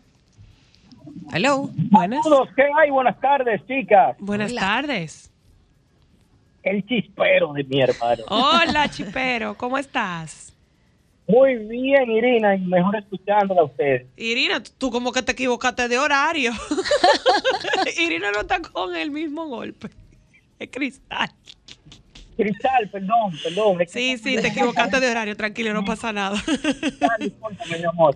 Hello. Buenas. Saludos, ¿qué hay? Buenas tardes, chicas. Buenas Hola. tardes. El chispero de mi hermano. Hola, Chipero, ¿cómo estás? Muy bien, Irina, y mejor escuchándola a usted. Irina, tú como que te equivocaste de horario. Irina no está con el mismo golpe. Es Cristal. Cristal, perdón, perdón. es que- Sí, sí, te equivocaste de horario, tranquilo, no pasa nada. Discúlpame, mi amor.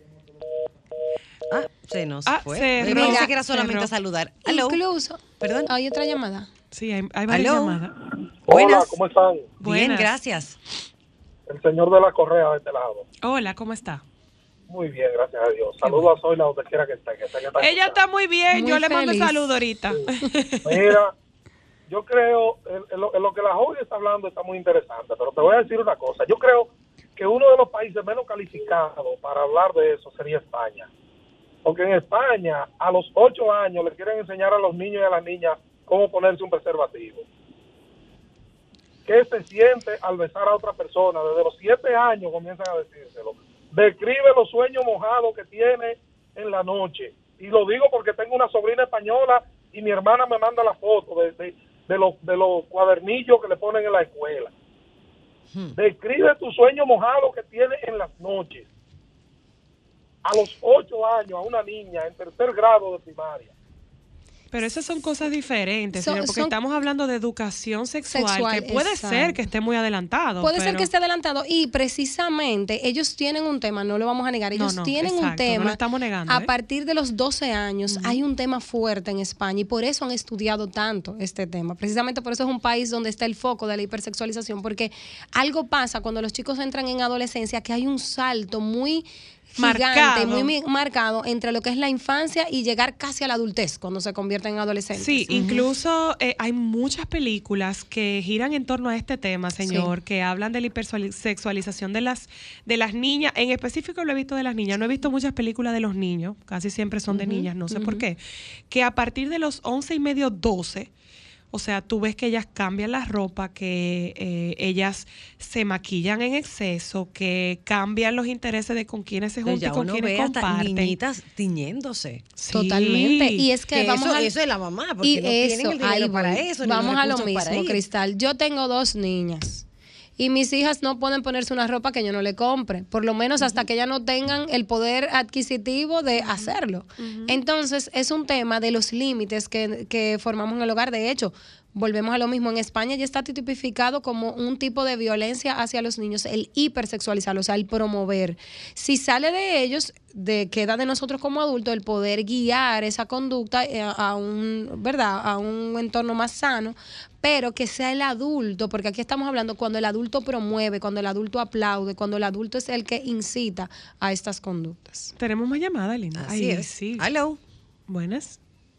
Ah, se nos Ah, fue. cerró, Yo pensé que era solamente cerró. a saludar. Aló. Incluso, Perdón. hay otra llamada. Sí, hay, hay varias Aló. llamadas. Buenas. Hola, ¿cómo están? Bien, Buenas. gracias. El señor de la correa de este lado. Hola, ¿cómo está? Muy bien, gracias a Dios. Saludos a Zoila donde quiera que esté. Que sé que está Ella está muy bien, Muy yo le mando feliz. saludo ahorita. Mira, yo creo, en, en lo, en lo que la joven está hablando está muy interesante, pero te voy a decir una cosa. Yo creo que uno de los países menos calificados para hablar de eso sería España. Porque en España, a los ocho años, le quieren enseñar a los niños y a las niñas cómo ponerse un preservativo. ¿Qué se siente al besar a otra persona? Desde los siete años comienzan a decírselo. Describe los sueños mojados que tiene en la noche. Y lo digo porque tengo una sobrina española y mi hermana me manda la foto de, de, de los, de los cuadernillos que le ponen en la escuela. Describe tu sueño mojado que tiene en las noches. A los ocho años, a una niña en tercer grado de primaria. Pero esas son cosas diferentes, Son- señor, porque son- estamos hablando de educación sexual, Sexual, que puede exacto. ser que esté muy adelantado. Puede ser pero- que esté adelantado y precisamente ellos tienen un tema, no lo vamos a negar, ellos No, no, tienen un exacto, no lo tema estamos negando, a ¿eh? partir de los doce años, hay un tema fuerte en España y por eso han estudiado tanto este tema, precisamente por eso es un país donde está el foco de la hipersexualización, porque algo pasa cuando los chicos entran en adolescencia que hay un salto muy gigante, Marcado. muy mi- marcado entre lo que es la infancia y llegar casi a la adultez cuando se convierten en adolescentes. Sí, incluso eh, hay muchas películas que giran en torno a este tema, señor, Sí. que hablan de la hipersexualización de las de las niñas. En específico lo he visto de las niñas. No he visto muchas películas de los niños, casi siempre son de Ujú, niñas, no sé por ujú. qué. Que a partir de los once y medio, doce, o sea, tú ves que ellas cambian la ropa, que eh, ellas se maquillan en exceso, que cambian los intereses de con quiénes se Pero juntan y ya con uno quiénes ve hasta comparten. niñitas tiñéndose. Sí. Totalmente. Y es que, Que vamos eso- a, eso es la mamá, porque y no tienen eso, el dinero ahí para voy. eso, ni los Vamos a lo recursos para mismo, ir. Cristal. Yo tengo dos niñas. Y mis hijas no pueden ponerse una ropa que yo no le compre, por lo menos hasta que ellas no tengan el poder adquisitivo de hacerlo. Entonces, es un tema de los límites que, que formamos en el hogar. De hecho, volvemos a lo mismo. En España ya está tipificado como un tipo de violencia hacia los niños, el hipersexualizar, o sea, el promover. Si sale de ellos, de queda de nosotros como adultos el poder guiar esa conducta eh, a un, ¿verdad? A un entorno más sano, pero que sea el adulto, porque aquí estamos hablando cuando el adulto promueve, cuando el adulto aplaude, cuando el adulto es el que incita a estas conductas. Tenemos más llamada, Linda. Así Ay, es. sí. Aló. Buenas.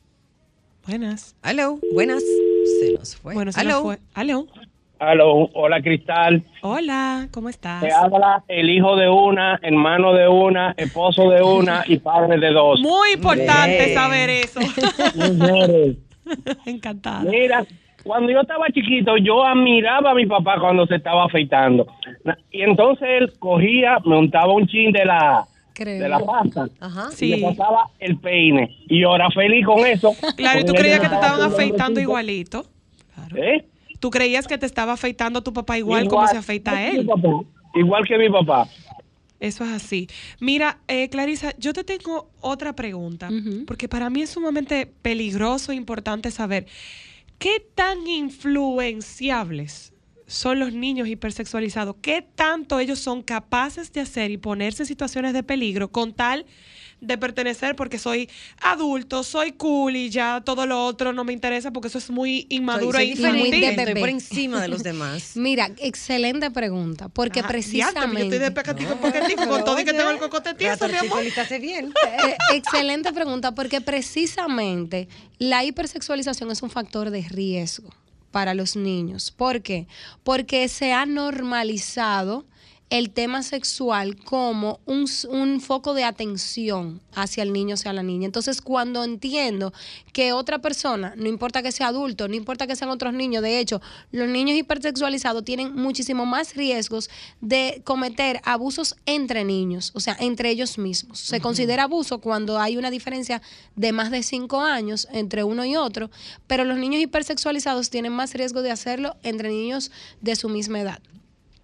Buenas. Aló. Buenas. Se nos fue. Bueno, se Aló. nos fue. Aló. Aló, hola Cristal. Hola, ¿cómo estás? Te habla el hijo de una, hermano de una, esposo de una y padre de dos. Muy importante Bien. saber eso. Mujeres. Encantada. Mira, cuando yo estaba chiquito, yo admiraba a mi papá cuando se estaba afeitando. Y entonces él cogía, me untaba un chin de la, Creo. de la pasta Ajá. y Sí. le pasaba el peine. Y yo era feliz con eso. Claro, y tú porque creías él que te estaba estaban haciendo afeitando hombrecito. igualito. Claro. ¿Eh? Tú creías que te estaba afeitando tu papá igual, como se afeita igual que él. mi papá, igual que mi papá. Eso es así. Mira, eh, Clarisa, yo te tengo otra pregunta, Ujú. porque para mí es sumamente peligroso e importante saber qué tan influenciables son los niños hipersexualizados, qué tanto ellos son capaces de hacer y ponerse en situaciones de peligro con tal de pertenecer porque soy adulto, soy cool y ya todo lo otro no me interesa porque eso es muy inmaduro Soy e diferente, muy de infantil. estoy bebé. por encima de los demás. Mira, excelente pregunta, porque Ah, diantre, precisamente... yo estoy de pecatico, paquetico, con todo y que tengo el cocote tieso, mi amor. hace bien. Eh, excelente pregunta, porque precisamente la hipersexualización es un factor de riesgo para los niños. ¿Por qué? Porque se ha normalizado el tema sexual como un, un foco de atención hacia el niño, hacia la niña. Entonces, cuando entiendo que otra persona, no importa que sea adulto, no importa que sean otros niños, de hecho, los niños hipersexualizados tienen muchísimo más riesgos de cometer abusos entre niños, o sea, entre ellos mismos. Se considera abuso cuando hay una diferencia de más de cinco años entre uno y otro, pero los niños hipersexualizados tienen más riesgo de hacerlo entre niños de su misma edad.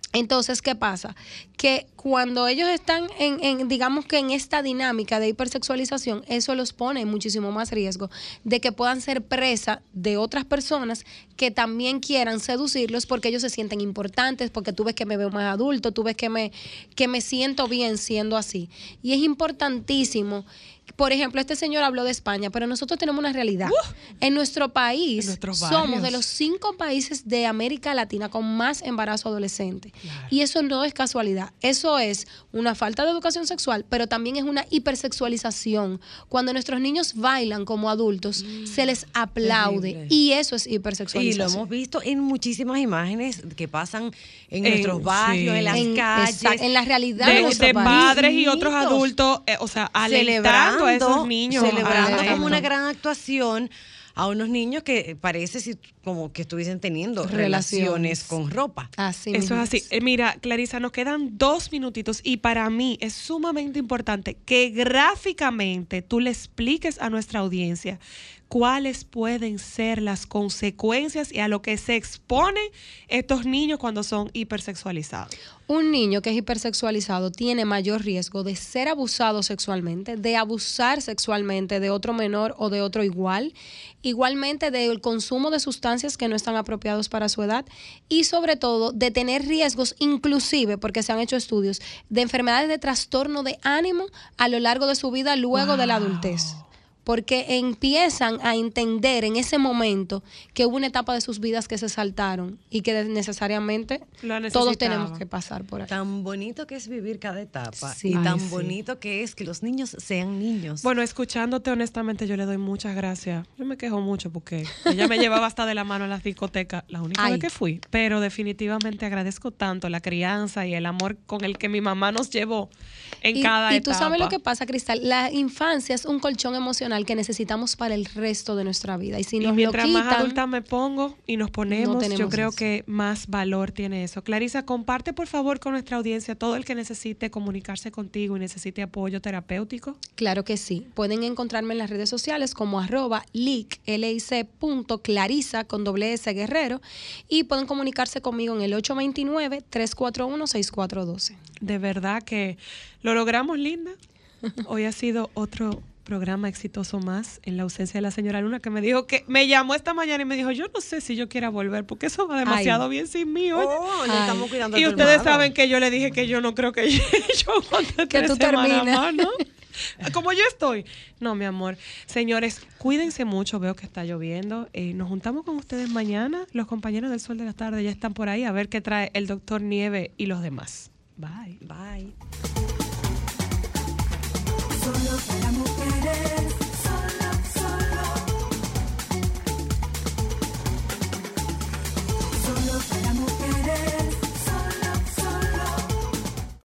Entonces, ¿qué pasa? Que cuando ellos están en, en, digamos que en esta dinámica de hipersexualización, eso los pone en muchísimo más riesgo de que puedan ser presa de otras personas que también quieran seducirlos porque ellos se sienten importantes, porque tú ves que me veo más adulto, tú ves que me, que me siento bien siendo así. Y es importantísimo. Por ejemplo, este señor habló de España, pero nosotros tenemos una realidad. Uh, en nuestro país en somos de los cinco países de América Latina con más embarazo adolescente. Claro. Y eso no es casualidad. Eso es una falta de educación sexual, pero también es una hipersexualización. Cuando nuestros niños bailan como adultos, mm, se les aplaude. Terrible. Y eso es hipersexualización. Y lo hemos visto en muchísimas imágenes que pasan en, en nuestros barrios, sí. en las en, calles. Exacto, en la realidad de, de, nuestro de país. padres y otros adultos, eh, o sea, alentando a esos niños. Celebrando a como una gran actuación a unos niños que parece si, como que estuviesen teniendo relaciones, relaciones con ropa. Así Eso mismo. es así. Eh, mira, Clarisa, nos quedan dos minutitos y para mí es sumamente importante que gráficamente tú le expliques a nuestra audiencia cuáles pueden ser las consecuencias y a lo que se exponen estos niños cuando son hipersexualizados. Un niño que es hipersexualizado tiene mayor riesgo de ser abusado sexualmente, de abusar sexualmente de otro menor o de otro igual, igualmente del consumo de sustancias que no están apropiados para su edad y sobre todo de tener riesgos inclusive, porque se han hecho estudios, de enfermedades de trastorno de ánimo a lo largo de su vida luego wow. de la adultez. Porque empiezan a entender en ese momento que hubo una etapa de sus vidas que se saltaron y que necesariamente todos tenemos que pasar por ahí. Tan bonito que es vivir cada etapa sí. y Ay, tan sí. bonito que es que los niños sean niños. Bueno, escuchándote honestamente yo le doy muchas gracias. Yo me quejo mucho porque ella me llevaba hasta de la mano en la discoteca la única Ay. vez que fui, pero definitivamente agradezco tanto la crianza y el amor con el que mi mamá nos llevó en y, cada y etapa. Y tú sabes lo que pasa, Cristal, la infancia es un colchón emocional que necesitamos para el resto de nuestra vida. Y si nos y mientras lo quitan, más adulta me pongo y nos ponemos, no yo creo eso. que más valor tiene eso. Clarisa, comparte por favor con nuestra audiencia todo el que necesite comunicarse contigo y necesite apoyo terapéutico. Claro que sí. Pueden encontrarme en las redes sociales como arroba lic, L I C punto Clarisa con doble S Guerrero y pueden comunicarse conmigo en el ocho dos nueve, tres cuatro uno, seis cuatro uno dos. De verdad que lo logramos, Linda. Hoy ha sido otro programa exitoso más en la ausencia de la señora Luna, que me dijo que me llamó esta mañana y me dijo, yo no sé si yo quiera volver porque eso va demasiado Ay. bien sin mí. Oye. Oh, le estamos cuidando y el ustedes colmado. saben que yo le dije que yo no creo que yo aguante que tú terminas, ¿no? Como yo estoy. No, mi amor. Señores, cuídense mucho. Veo que está lloviendo. Eh, nos juntamos con ustedes mañana. Los compañeros del Sol de la Tarde ya están por ahí a ver qué trae el doctor Nieve y los demás. Bye. Bye. Solo para mujeres.